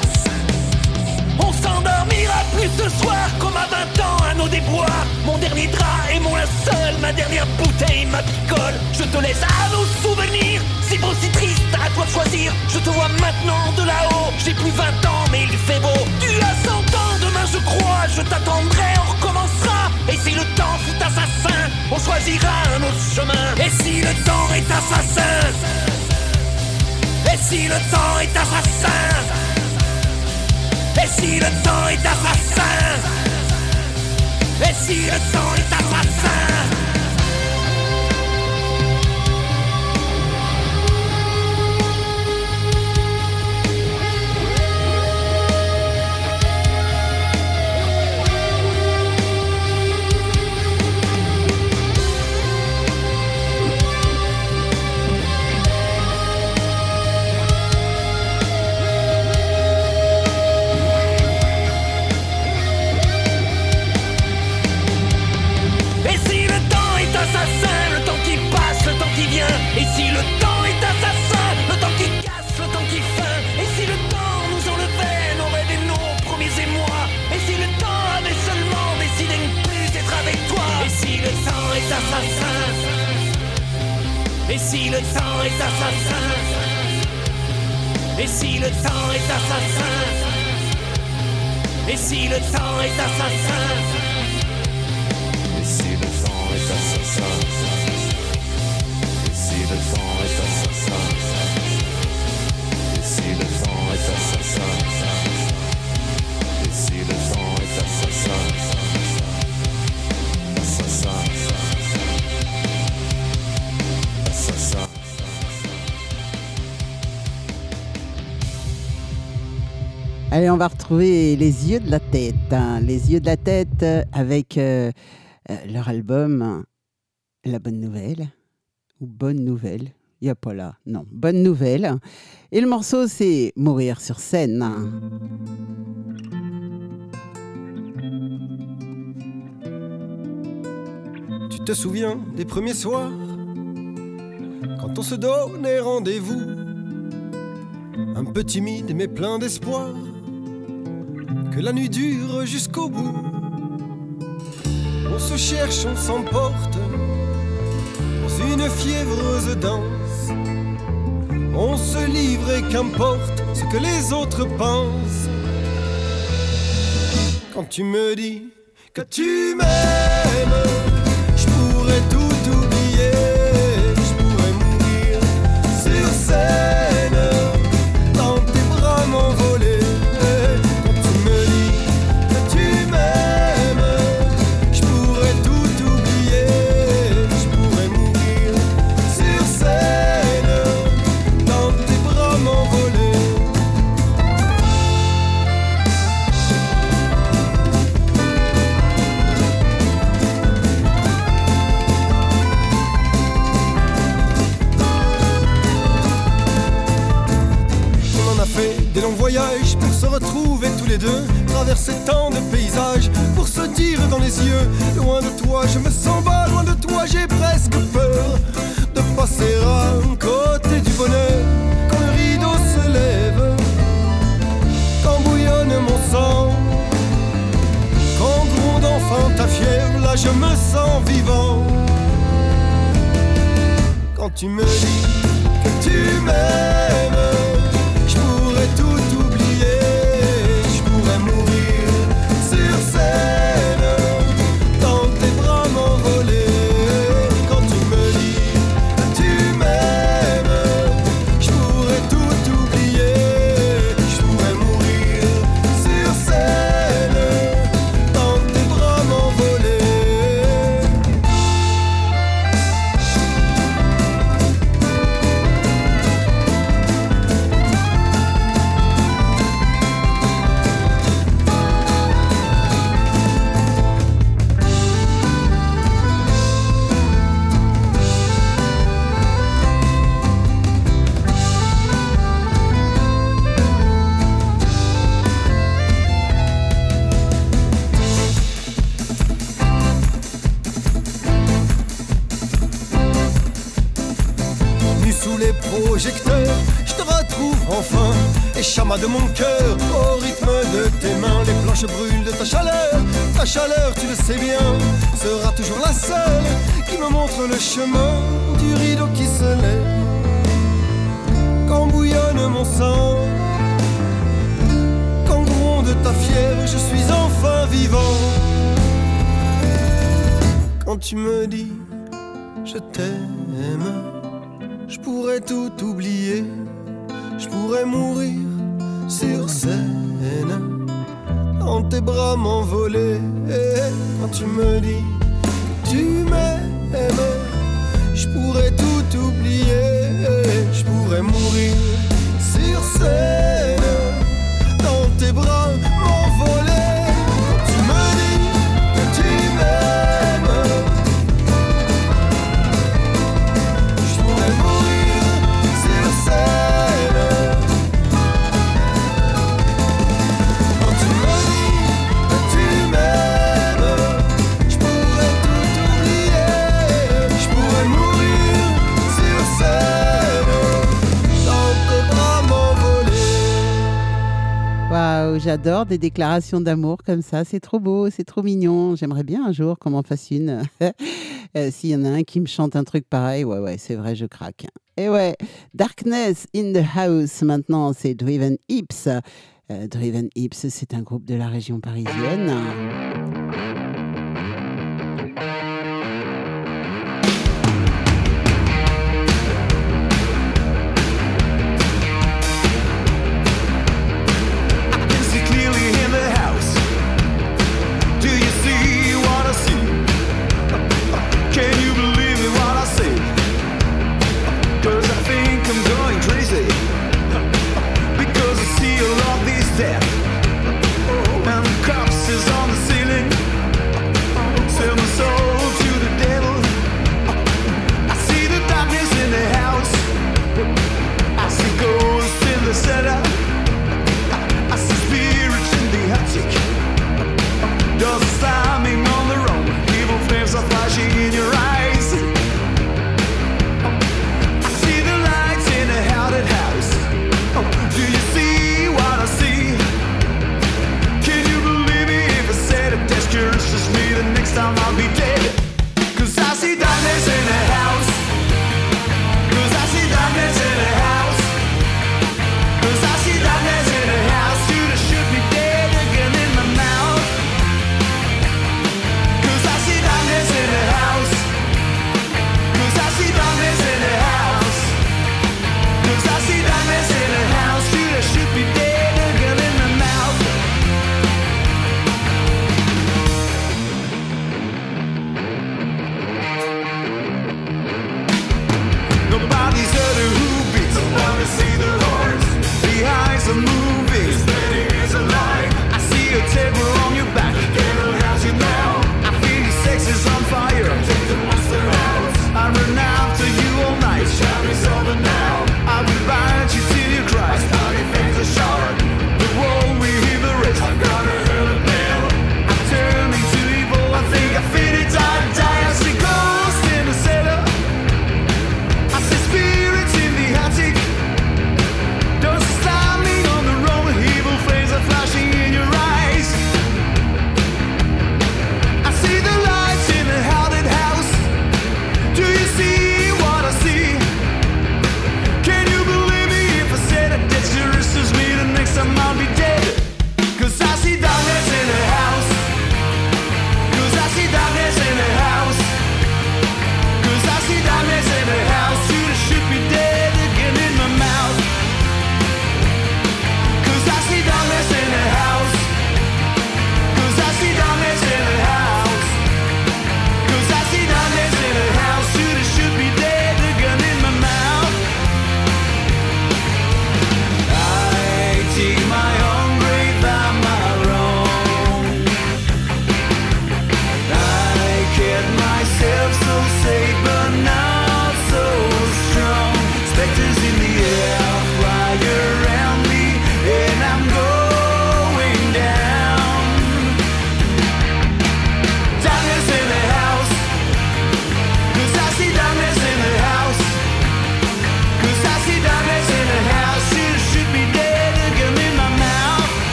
Speaker 7: On s'endormira plus ce soir comme à vingt ans à nos déboires. Mon dernier drap est mon linceul, ma dernière bouteille, ma picole. Je te laisse à nos souvenirs, si beau, si triste, à toi de choisir. Je te vois maintenant de là-haut, j'ai plus vingt ans mais il fait beau. Tu as cent ans, demain je crois, je t'attendrai, on recommencera. Et si le temps fut assassin, on choisira un autre chemin. Et si le temps est assassin? Et si le temps est assassin? Et si le temps est assassin? Et si le temps est assassin? Et si le temps est assassin, le temps qui casse, le temps qui feint. Et si le temps nous enlevait nos rêves et nos premiers émois. Et si le temps avait seulement décidé de ne plus être avec toi. Et si le temps est assassin? Et si le temps est assassin? Et si le temps est assassin? Et si le temps est assassin? Et si le temps est assassin? Le temps est assassin. Et si le temps est assassin? Et si le temps est assassin? Assassin. Assassin.
Speaker 1: Allez, on va retrouver les yeux de la tête. Hein. Les yeux de la tête avec euh, euh, leur album La Bonne Nouvelle. Ou Bonne Nouvelle, il n'y a pas là. Non, bonne nouvelle. Et le morceau, c'est Mourir sur scène.
Speaker 12: Tu te souviens des premiers soirs, quand on se donnait rendez-vous, un peu timide mais plein d'espoir, que la nuit dure jusqu'au bout. On se cherche, on s'emporte dans une fiévreuse danse. On se livre et qu'importe ce que les autres pensent. Quand tu me dis que tu m'aimes, je pourrais tout oublier, je pourrais mourir sur scène, dans tes bras m'envoler. Quand tu me dis que tu m'aimes, je pourrais tout oublier, je pourrais mourir sur scène, dans tes bras m'envoler. Des longs voyages pour se retrouver tous les deux, traverser tant de paysages pour se dire dans les yeux, loin de toi je me sens bas, loin de toi j'ai presque peur de passer à côté du bonheur. Quand le rideau se lève, quand bouillonne mon sang, quand gronde enfin ta fièvre, là je me sens vivant. Quand tu me dis que tu m'aimes, tout oublier, je pourrais mourir sur scène, dans tes bras m'envoler. Quand tu me dis que tu m'aimes, je pourrais tout oublier, je pourrais mourir sur scène, dans tes bras m'envoler. Projecteur, je te retrouve enfin, et chama de mon cœur, au rythme de tes mains, les planches brûlent de ta chaleur. Ta chaleur, tu le sais bien, sera toujours la seule qui me montre le chemin du rideau qui se lève. Quand bouillonne mon sang, quand gronde ta fièvre, je suis enfin vivant. Quand tu me dis je t'aime, je pourrais tout oublier, je pourrais mourir sur scène, dans tes bras m'envoler. Quand tu me dis que tu m'aimes, je pourrais tout oublier, je pourrais mourir sur scène, dans tes bras m'envoler. Quand tu me dis que tu m'aimes, je pourrais mourir sur scène. Quand tu me dis que tu m'aimes, je pourrais tout oublier, je pourrais mourir sur scène, dans tes bras m'envoler.
Speaker 1: Waouh, j'adore des déclarations d'amour comme ça, c'est trop beau, c'est trop mignon. J'aimerais bien un jour qu'on m'en fasse une. Euh, S'il y en a un qui me chante un truc pareil, ouais, ouais, c'est vrai, je craque. Et ouais, Darkness in the House, maintenant, c'est Driven Hips. Euh, Driven Hips, c'est un groupe de la région parisienne.
Speaker 3: Death and corpses on the ceiling.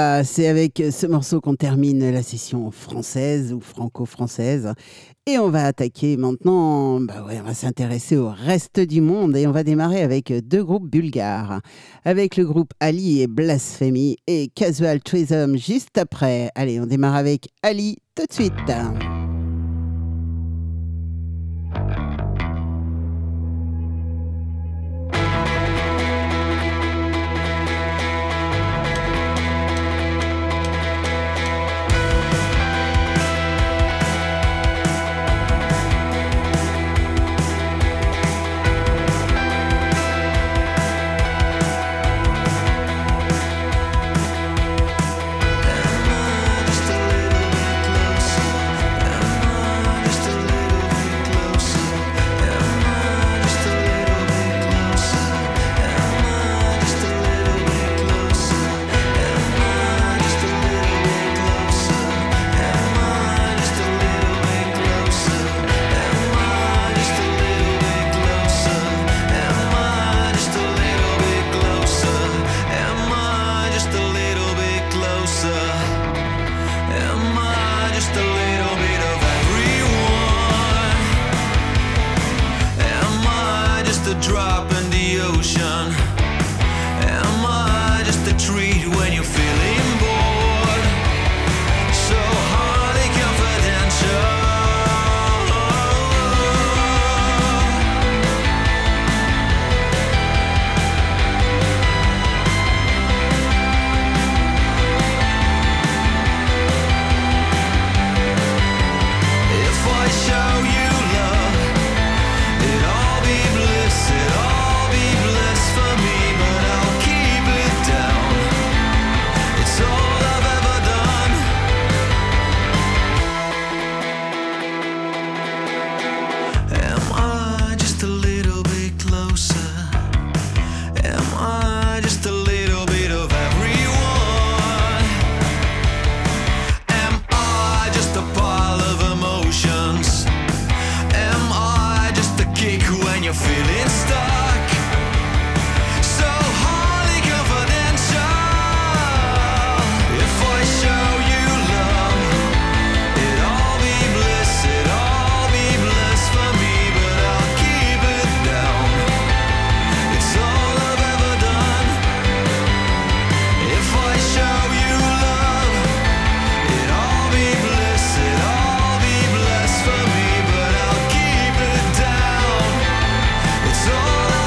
Speaker 1: Voilà, c'est avec ce morceau qu'on termine la session française ou franco-française. Et on va attaquer maintenant, bah ouais, on va s'intéresser au reste du monde et on va démarrer avec deux groupes bulgares. Avec le groupe Ali et Blasphemy et Casual Tourism juste après. Allez, on démarre avec Ali tout de suite.
Speaker 3: It's all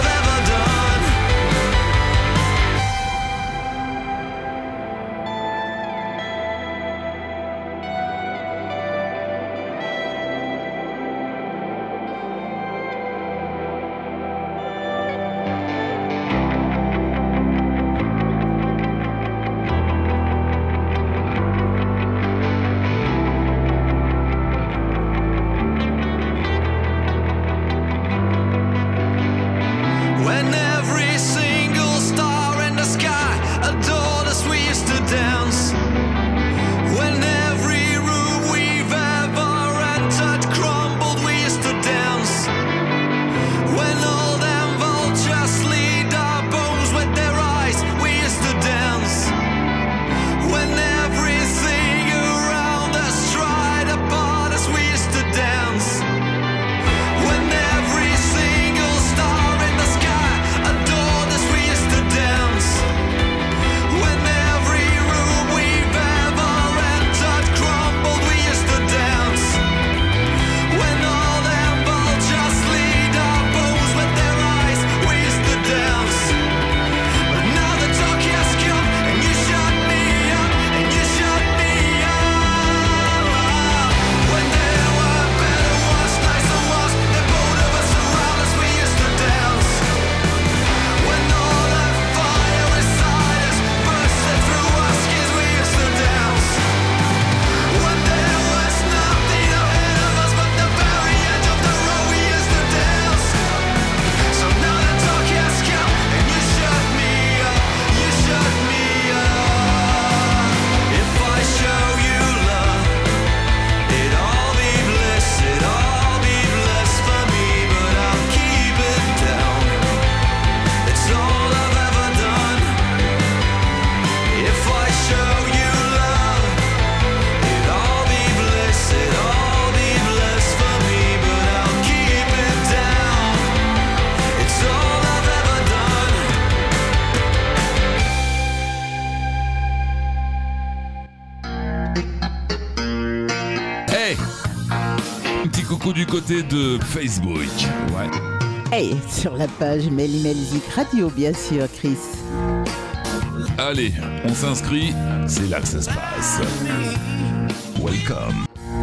Speaker 13: coup du côté de Facebook. Ouais.
Speaker 1: Et sur la page Melly Melzik Radio, bien sûr, Chris.
Speaker 13: Allez, on s'inscrit, c'est là que ça se passe. Welcome.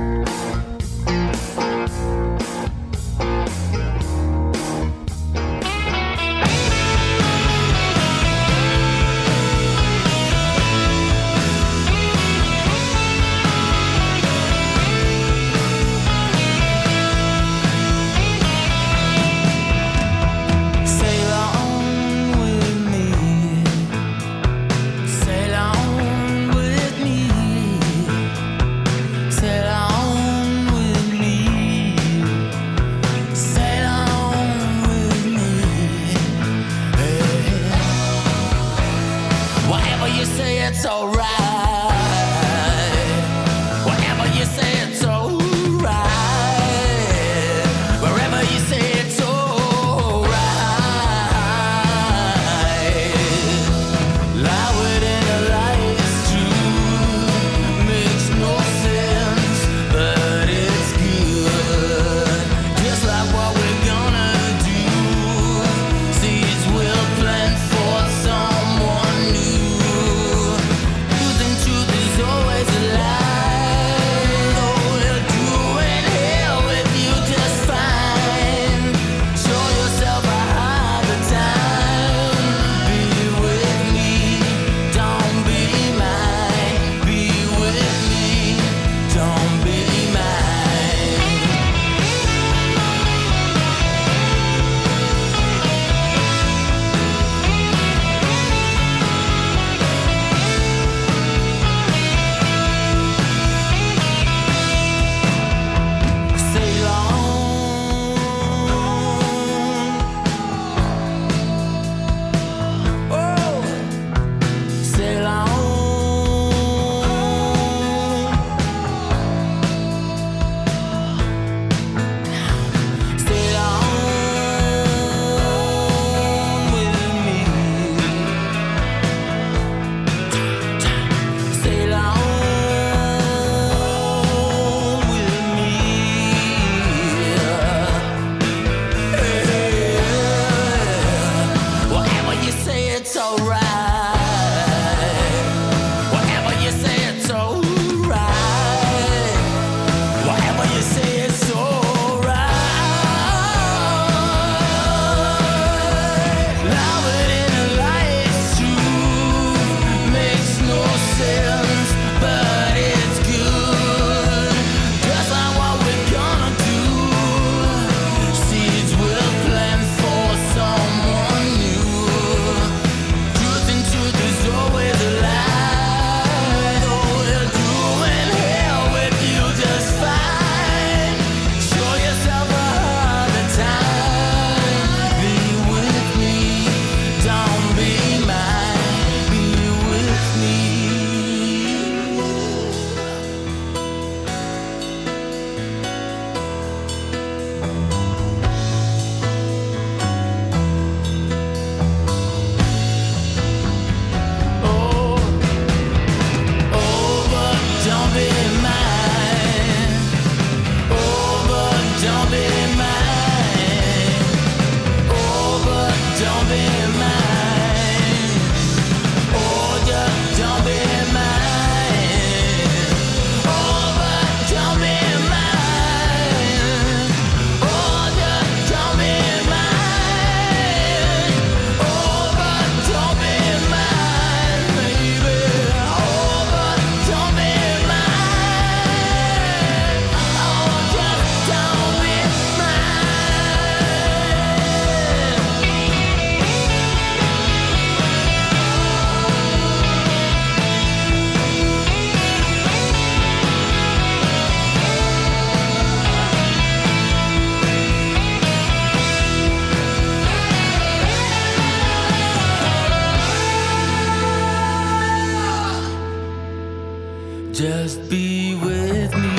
Speaker 7: Just be with me.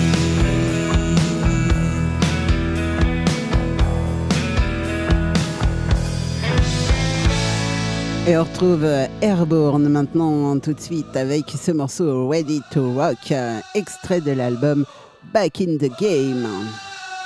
Speaker 1: Et on retrouve Airborne maintenant tout de suite avec ce morceau Ready to Rock, extrait de l'album Back in the Game.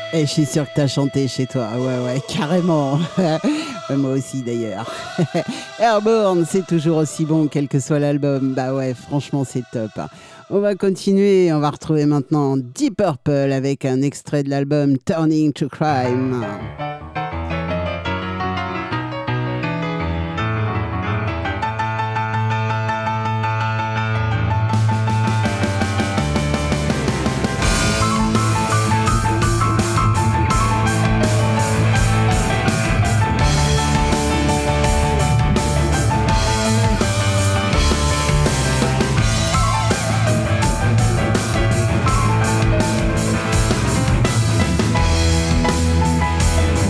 Speaker 1: Et je suis sûr que t'as chanté chez toi, ouais ouais, carrément. Moi aussi d'ailleurs. Airborne, c'est toujours aussi bon quel que soit l'album. Bah ouais, franchement c'est top. On va continuer, on va retrouver maintenant Deep Purple avec un extrait de l'album Turning to Crime.
Speaker 3: Thank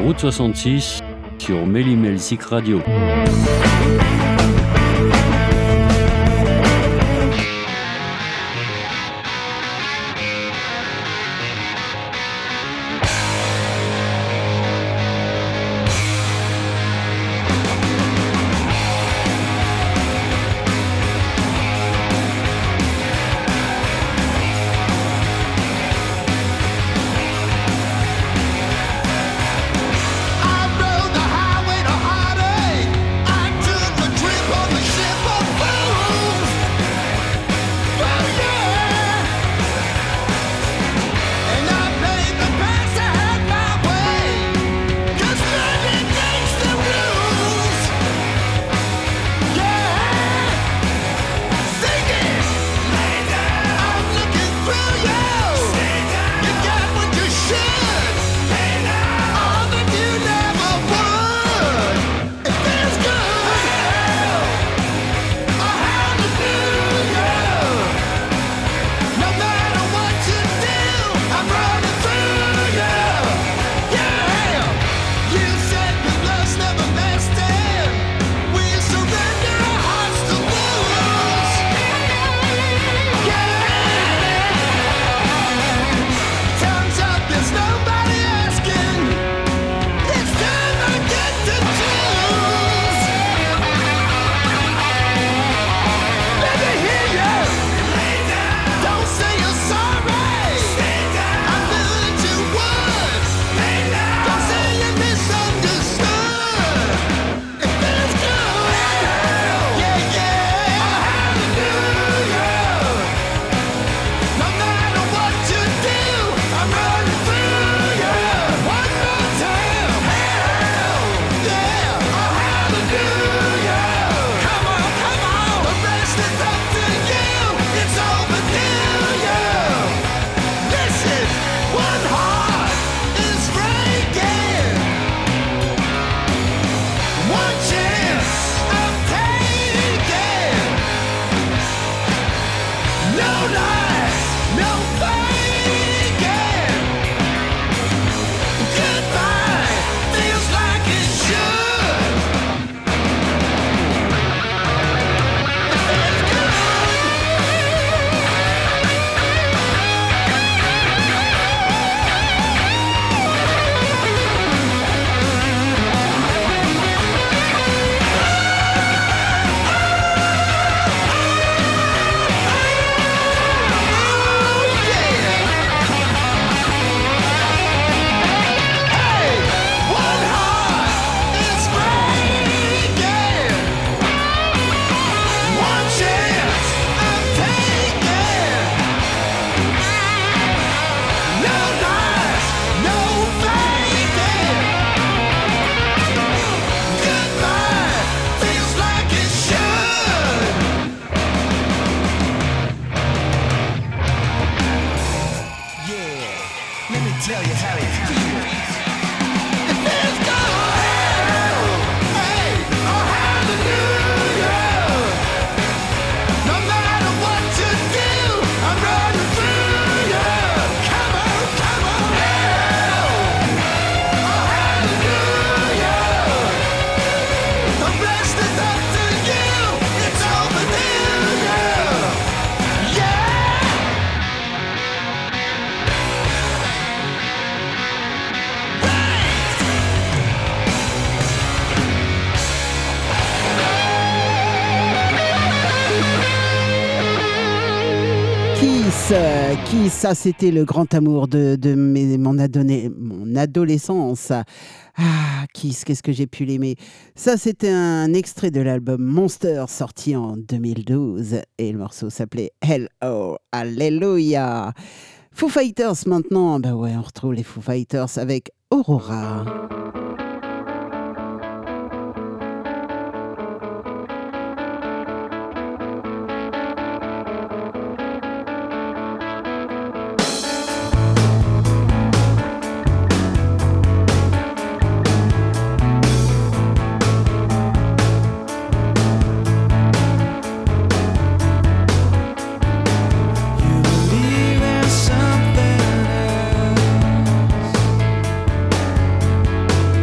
Speaker 11: Route soixante-six sur Méli-Melsic Radio.
Speaker 1: Qui, ça, c'était le grand amour de, de mes, mon, adonné, mon adolescence. Ah, Kiss, qu'est-ce que j'ai pu l'aimer. Ça, c'était un extrait de l'album Monster, sorti en deux mille douze. Et le morceau s'appelait Hello, Alléluia. Foo Fighters maintenant. Ben ouais, on retrouve les Foo Fighters avec Aurora.
Speaker 3: Something else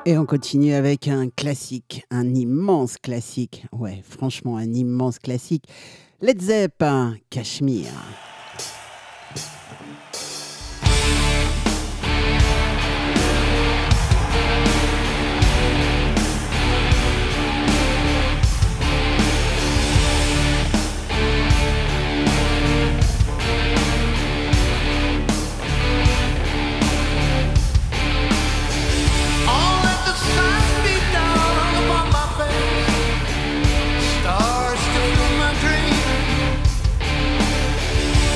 Speaker 1: Et on continue avec un classique, un immense classique. Ouais, franchement, un immense classique. Led Zepp, Cachemire.
Speaker 3: Stars to fill my dream.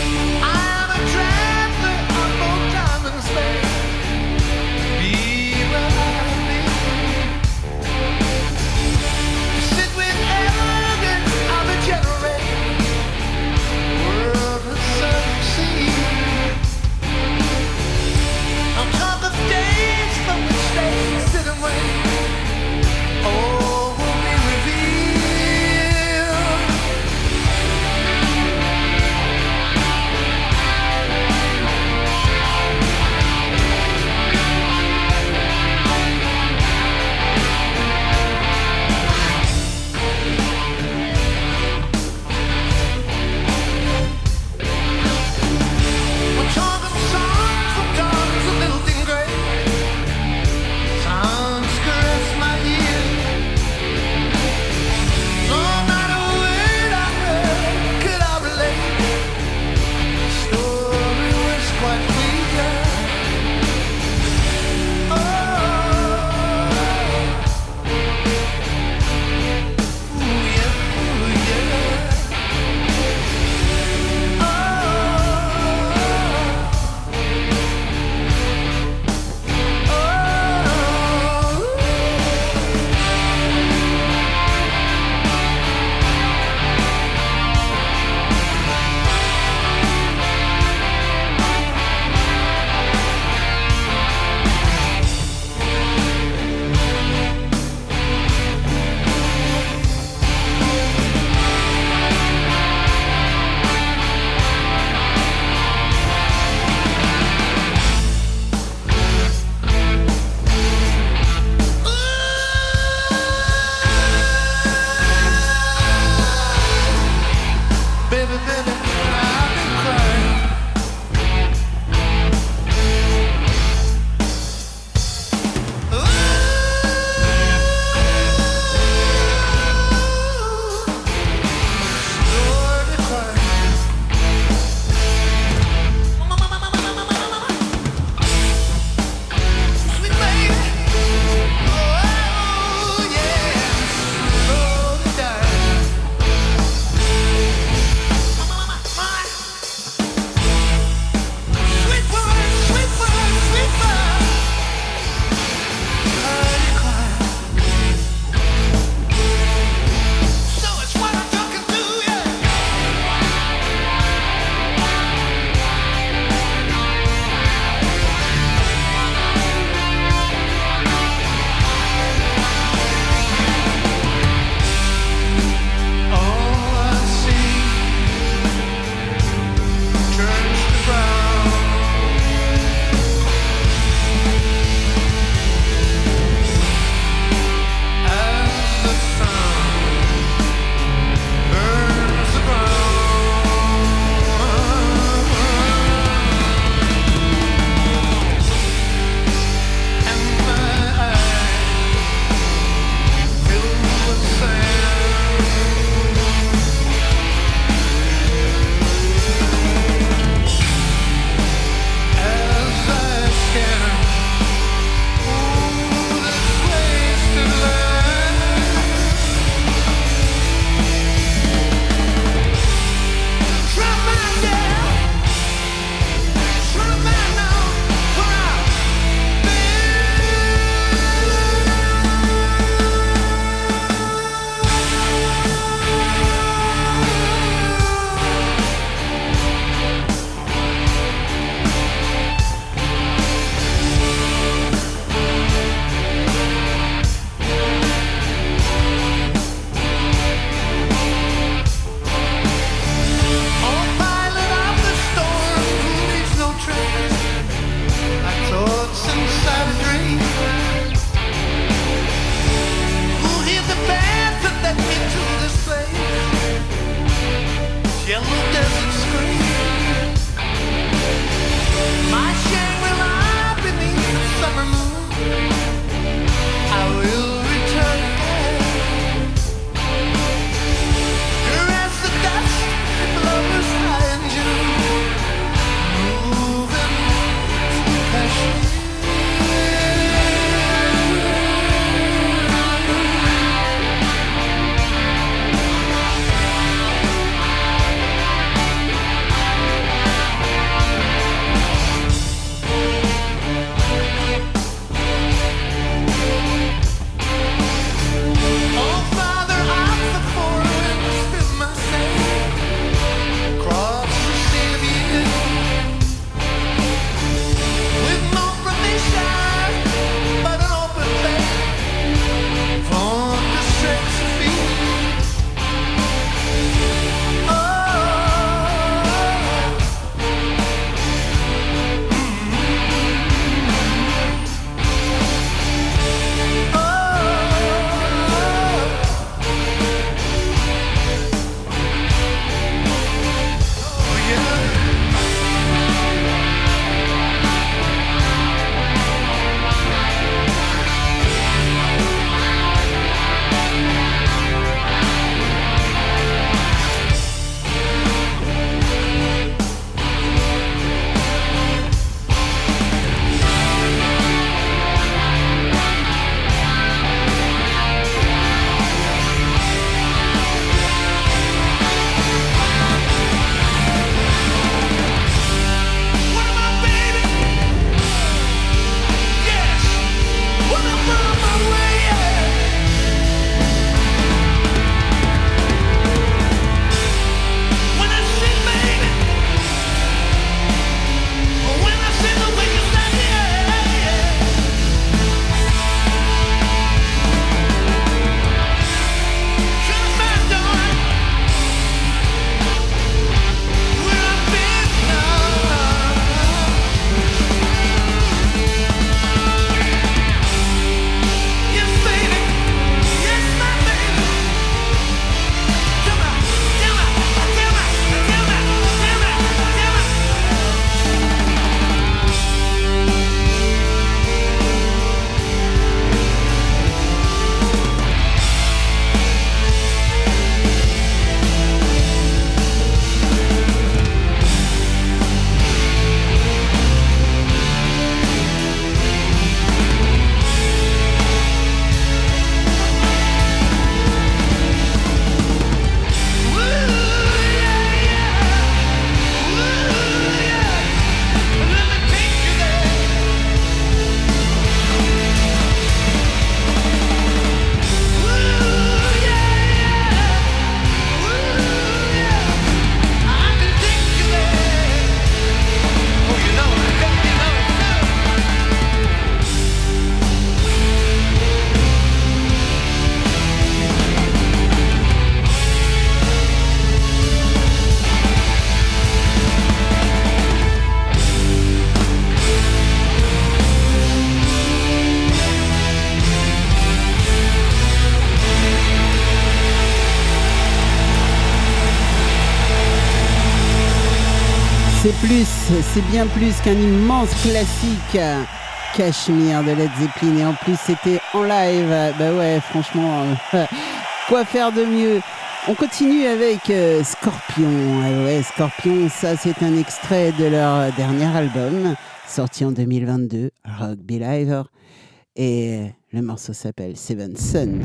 Speaker 1: C'est plus, c'est bien plus qu'un immense classique. Cachemire de Led Zeppelin, et en plus c'était en live. Bah ouais, franchement, euh, quoi faire de mieux? On continue avec euh, Scorpion. Ah ouais, Scorpion, ça c'est un extrait de leur dernier album sorti en deux mille vingt-deux, Rock Believer, et le morceau s'appelle Seven Sun.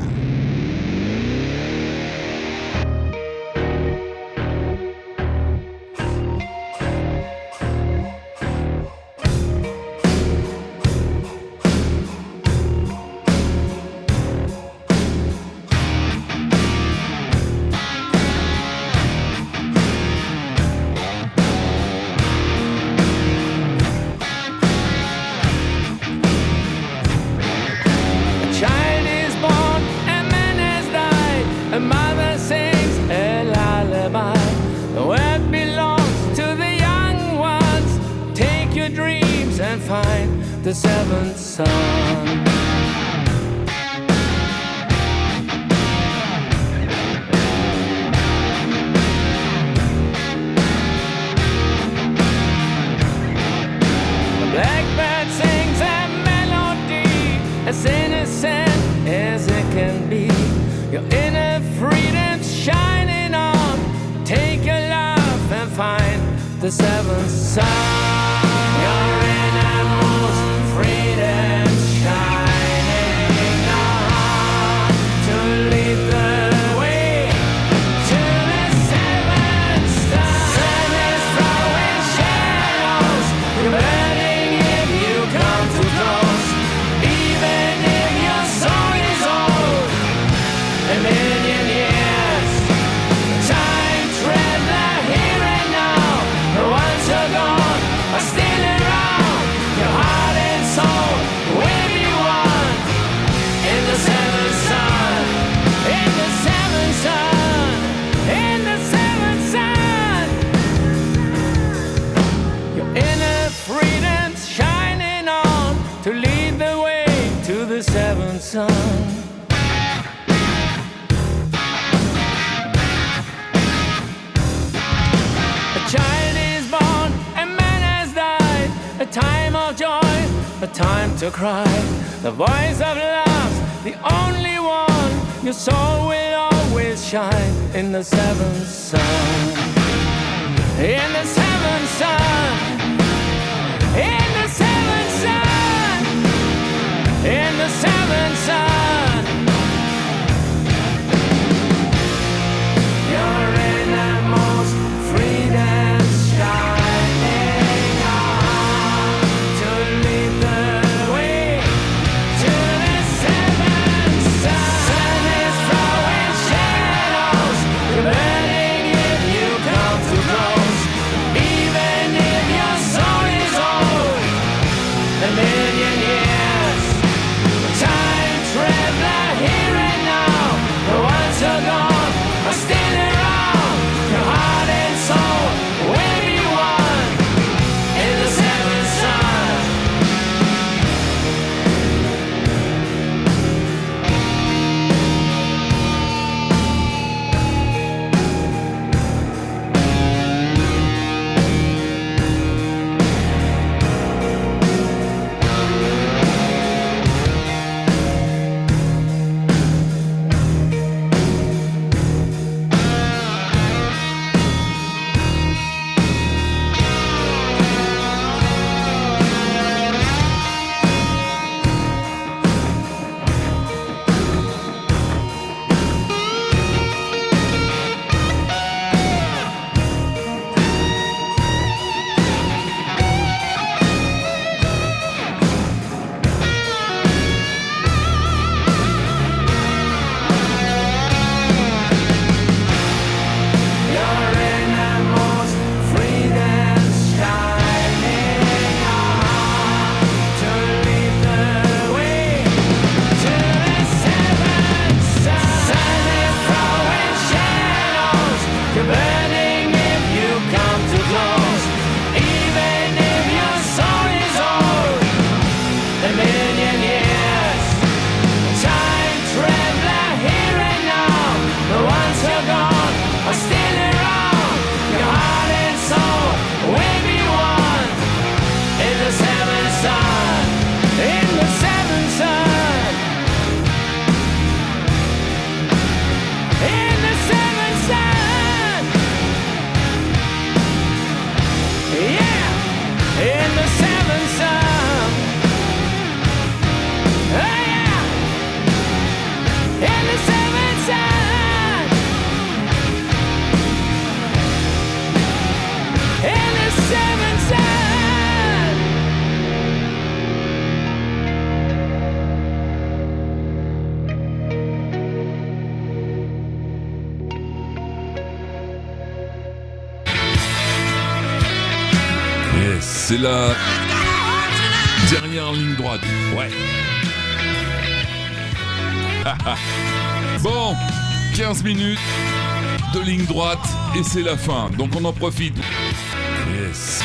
Speaker 14: The seventh son. The blackbird sings a melody as innocent as it can be. Your inner freedom's shining on. Take your love and find the seventh son. Your innermost freedom shining on to lead the way to the seventh star. Sun is throwing shadows, you're burning if you come too close. Even if your soul is old, a million years. Time traveler here and now, the ones who are gone are still around. Your heart and soul will be one in the seventh sun, in the seventh sun, in the seventh sun. Your inner freedom's shining on to lead the way to the seventh sun. A child is born, a man has died, a time of joy, a time to cry. The voice of love, the only one. Your soul will always shine in the seventh sun. In the seventh sun. In the seventh sun. In the seventh sun. Your innermost freedom shining on to lead the way to the seventh sun. Sun is throwing shadows, you're burning if you come too close. Even if your soul is old, a million years. Time traveler.
Speaker 13: C'est la dernière ligne droite. Ouais. Bon, quinze minutes de ligne droite et c'est la fin. Donc on en profite. Yes.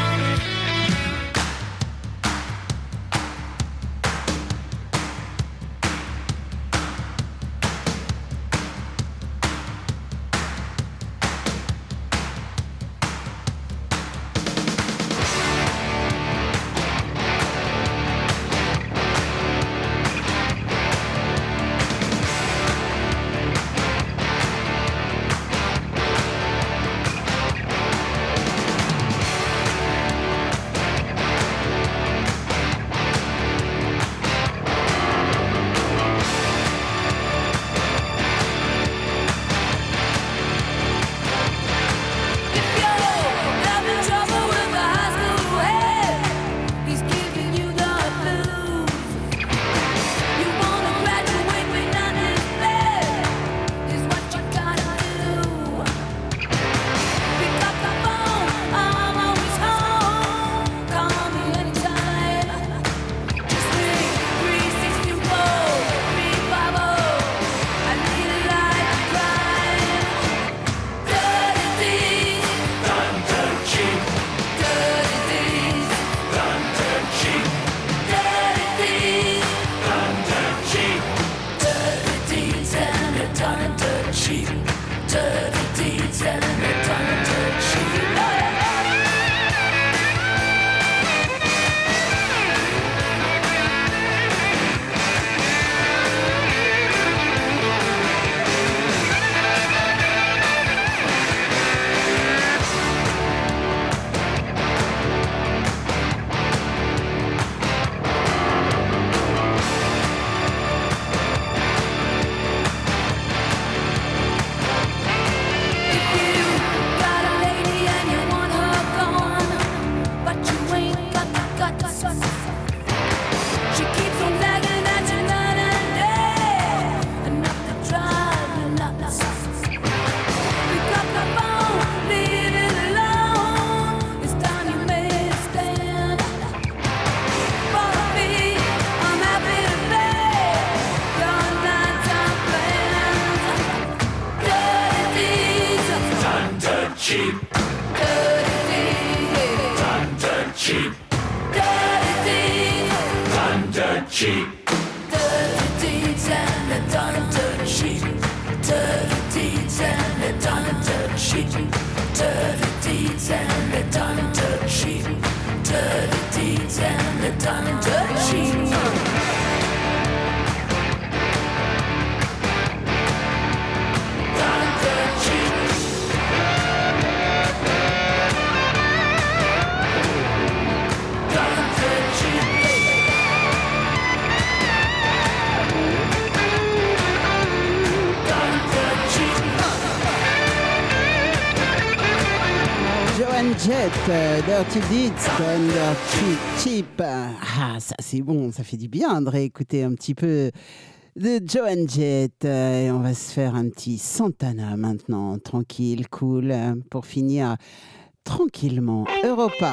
Speaker 1: Dirty Deeds, Dirty Cheap. Ah, ça c'est bon, ça fait du bien de réécouter un petit peu de Joan Jett. Et on va se faire un petit Santana maintenant, tranquille, cool, pour finir tranquillement. Europa.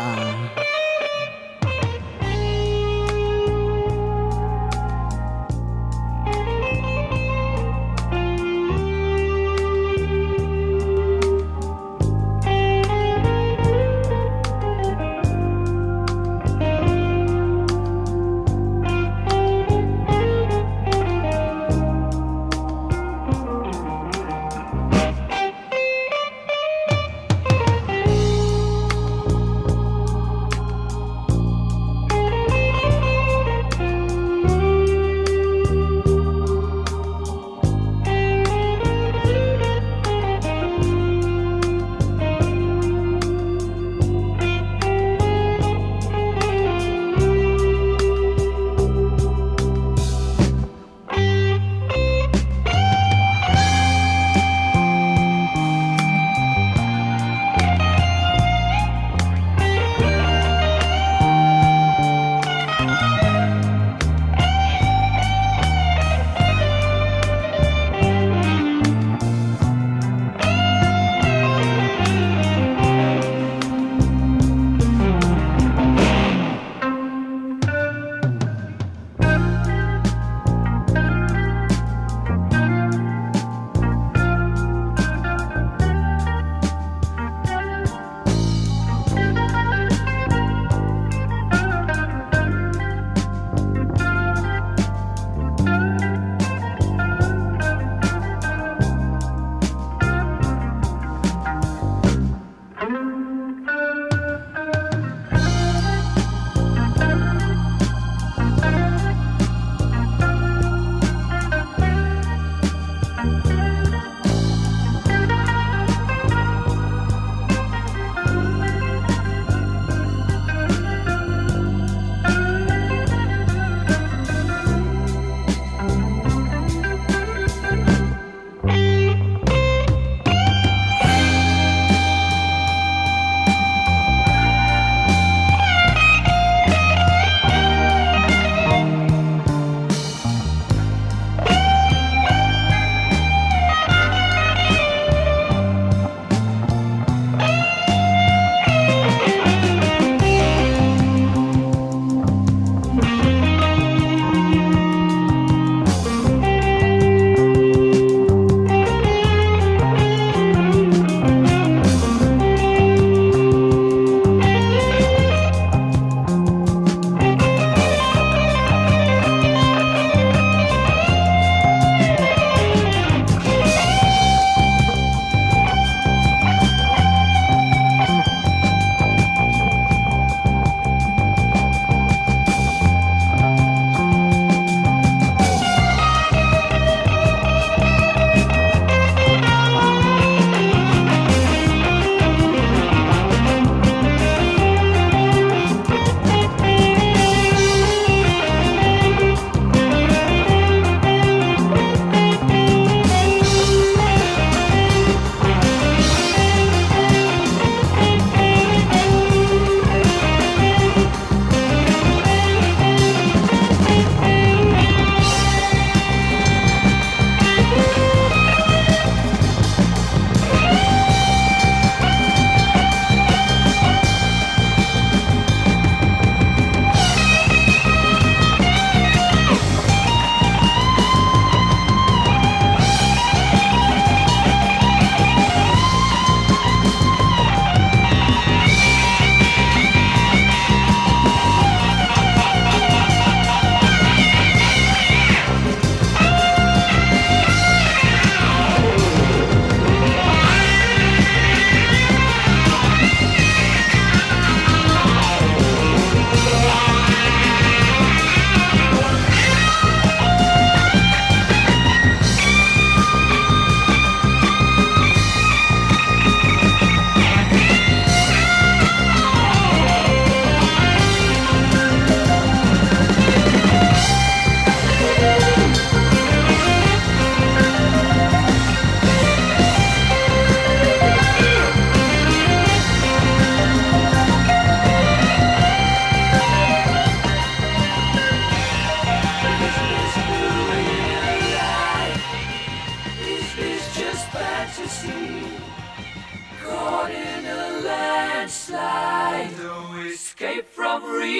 Speaker 4: fantasy, caught in a landslide, no escape from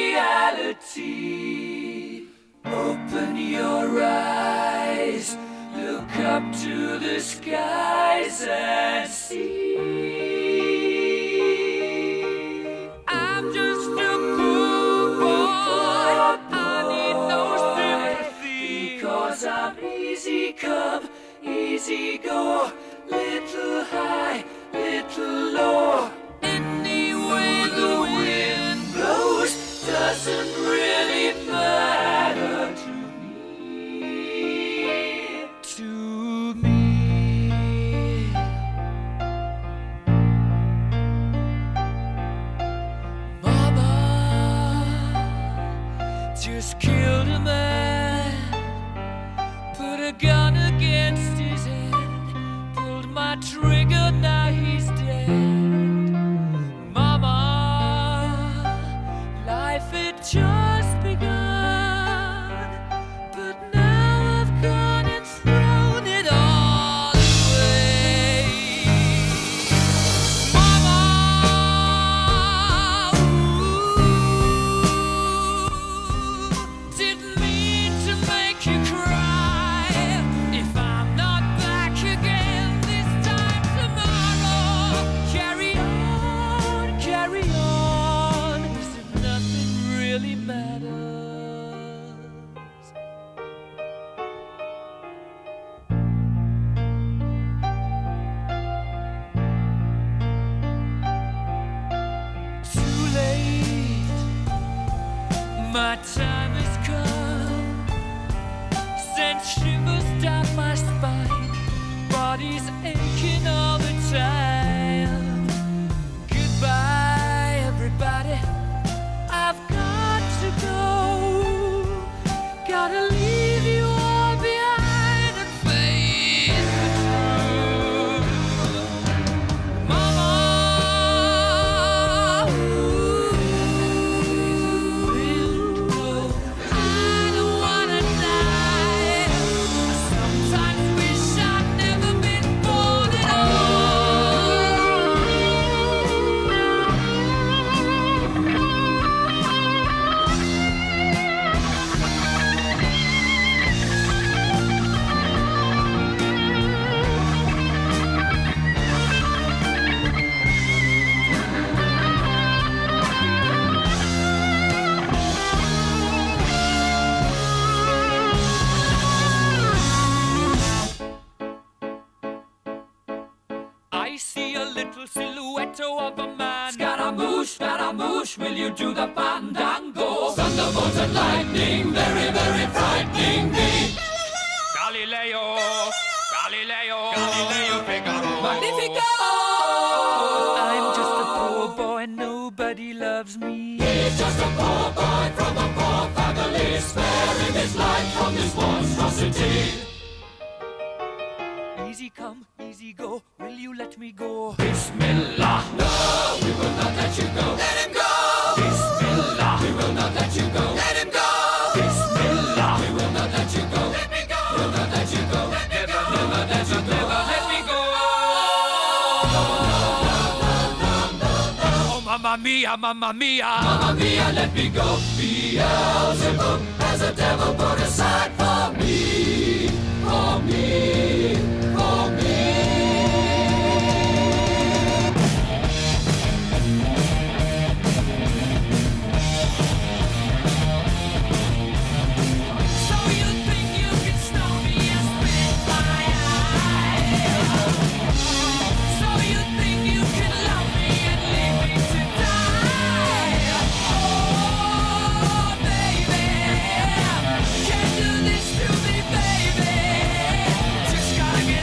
Speaker 4: reality. Open your eyes, look up to the skies and see. I'm just a poor boy, I need no sympathy, because I'm easy come, easy go, little high, little low. Any way the wind blows doesn't really matter to me, to me. Mama just killed a man, put a gun against his head, pulled my trigger, now he's dead. Mama, life had just begun, but now I've gone and thrown it all away. Mama, ooh, didn't mean to make you cry. If I'm not back again this time tomorrow, carry on, carry on, as if nothing really matters. Too late, my time has come, sent shivers down my spine, body's aching all the time. Goodbye, everybody, I've got to go, gotta leave you all behind and face the truth. Mama, ooh, I don't wanna die. I sometimes wish I'd never been born at I see a little silhouette of a man. Scaramouche, Scaramouche, will you do the fandango? Thunderbolt and lightning, very, very frightening me. Galileo, Galileo, Galileo Figaro. Magnifico! I'm just a poor boy, nobody loves me. He's just a poor boy from a poor family, sparing his life from this monstrosity. Easy come, easy go, will you let me go? Bismillah, no, we will not let you go. Let him go! Bismillah, we will not let you go. Let him go! Bismillah, we will not let you go. Let me go! We'll not let you go. Let me never, go. Never let you go. Never let me go. Oh, mamma mia, mamma mia. Mamma mia, let me go. Beelzebub has a devil put aside for me. For me. For me. So you think you can stop me and spit my eye? So you think you can love me and leave me to die? Oh, baby, can't do this to me, baby. Just gotta get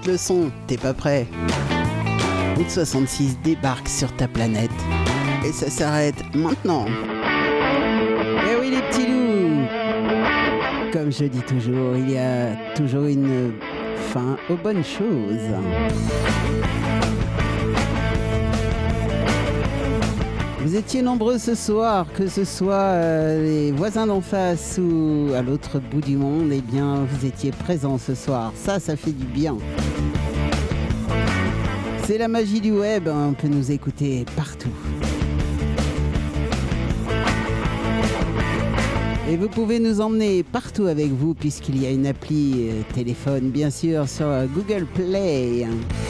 Speaker 1: monte le son, t'es pas prêt? Route soixante-six débarque sur ta planète. Et ça s'arrête maintenant. Eh oui les petits loups! Comme je dis toujours, il y a toujours une fin aux bonnes choses. Vous étiez nombreux ce soir, que ce soit euh, les voisins d'en face ou à l'autre bout du monde, eh bien vous étiez présents ce soir. Ça, ça fait du bien. C'est la magie du web, hein, on peut nous écouter partout. Et vous pouvez nous emmener partout avec vous puisqu'il y a une appli euh, téléphone, bien sûr, sur euh, Google Play.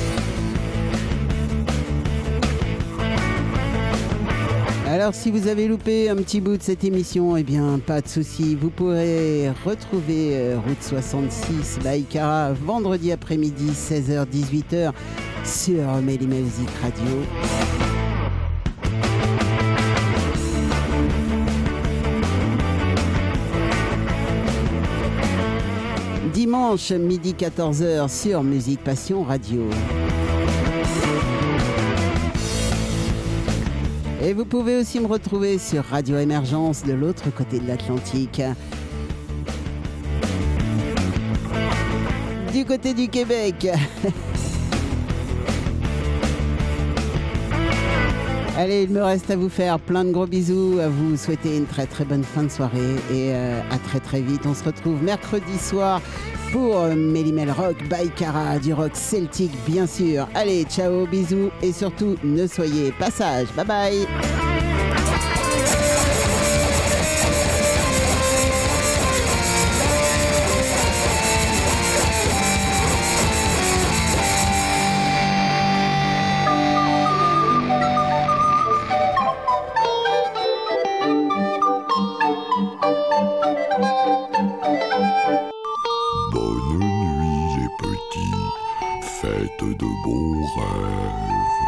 Speaker 1: Alors si vous avez loupé un petit bout de cette émission, eh bien pas de souci, vous pourrez retrouver euh, Route soixante-six by Cara vendredi après-midi seize heures dix-huit heures sur Mélimel Zik Radio. Dimanche midi quatorze heures sur Musique Passion Radio. Et vous pouvez aussi me retrouver sur Radio Émergence de l'autre côté de l'Atlantique. Du côté du Québec. Allez, il me reste à vous faire plein de gros bisous, à vous souhaiter une très très bonne fin de soirée et euh, à très très vite. On se retrouve mercredi soir pour euh, Mélimel Rock by Cara, du rock celtique bien sûr. Allez, ciao, bisous et surtout ne soyez pas sages. Bye bye.
Speaker 15: Bonne nuit les petits, faites de bons rêves.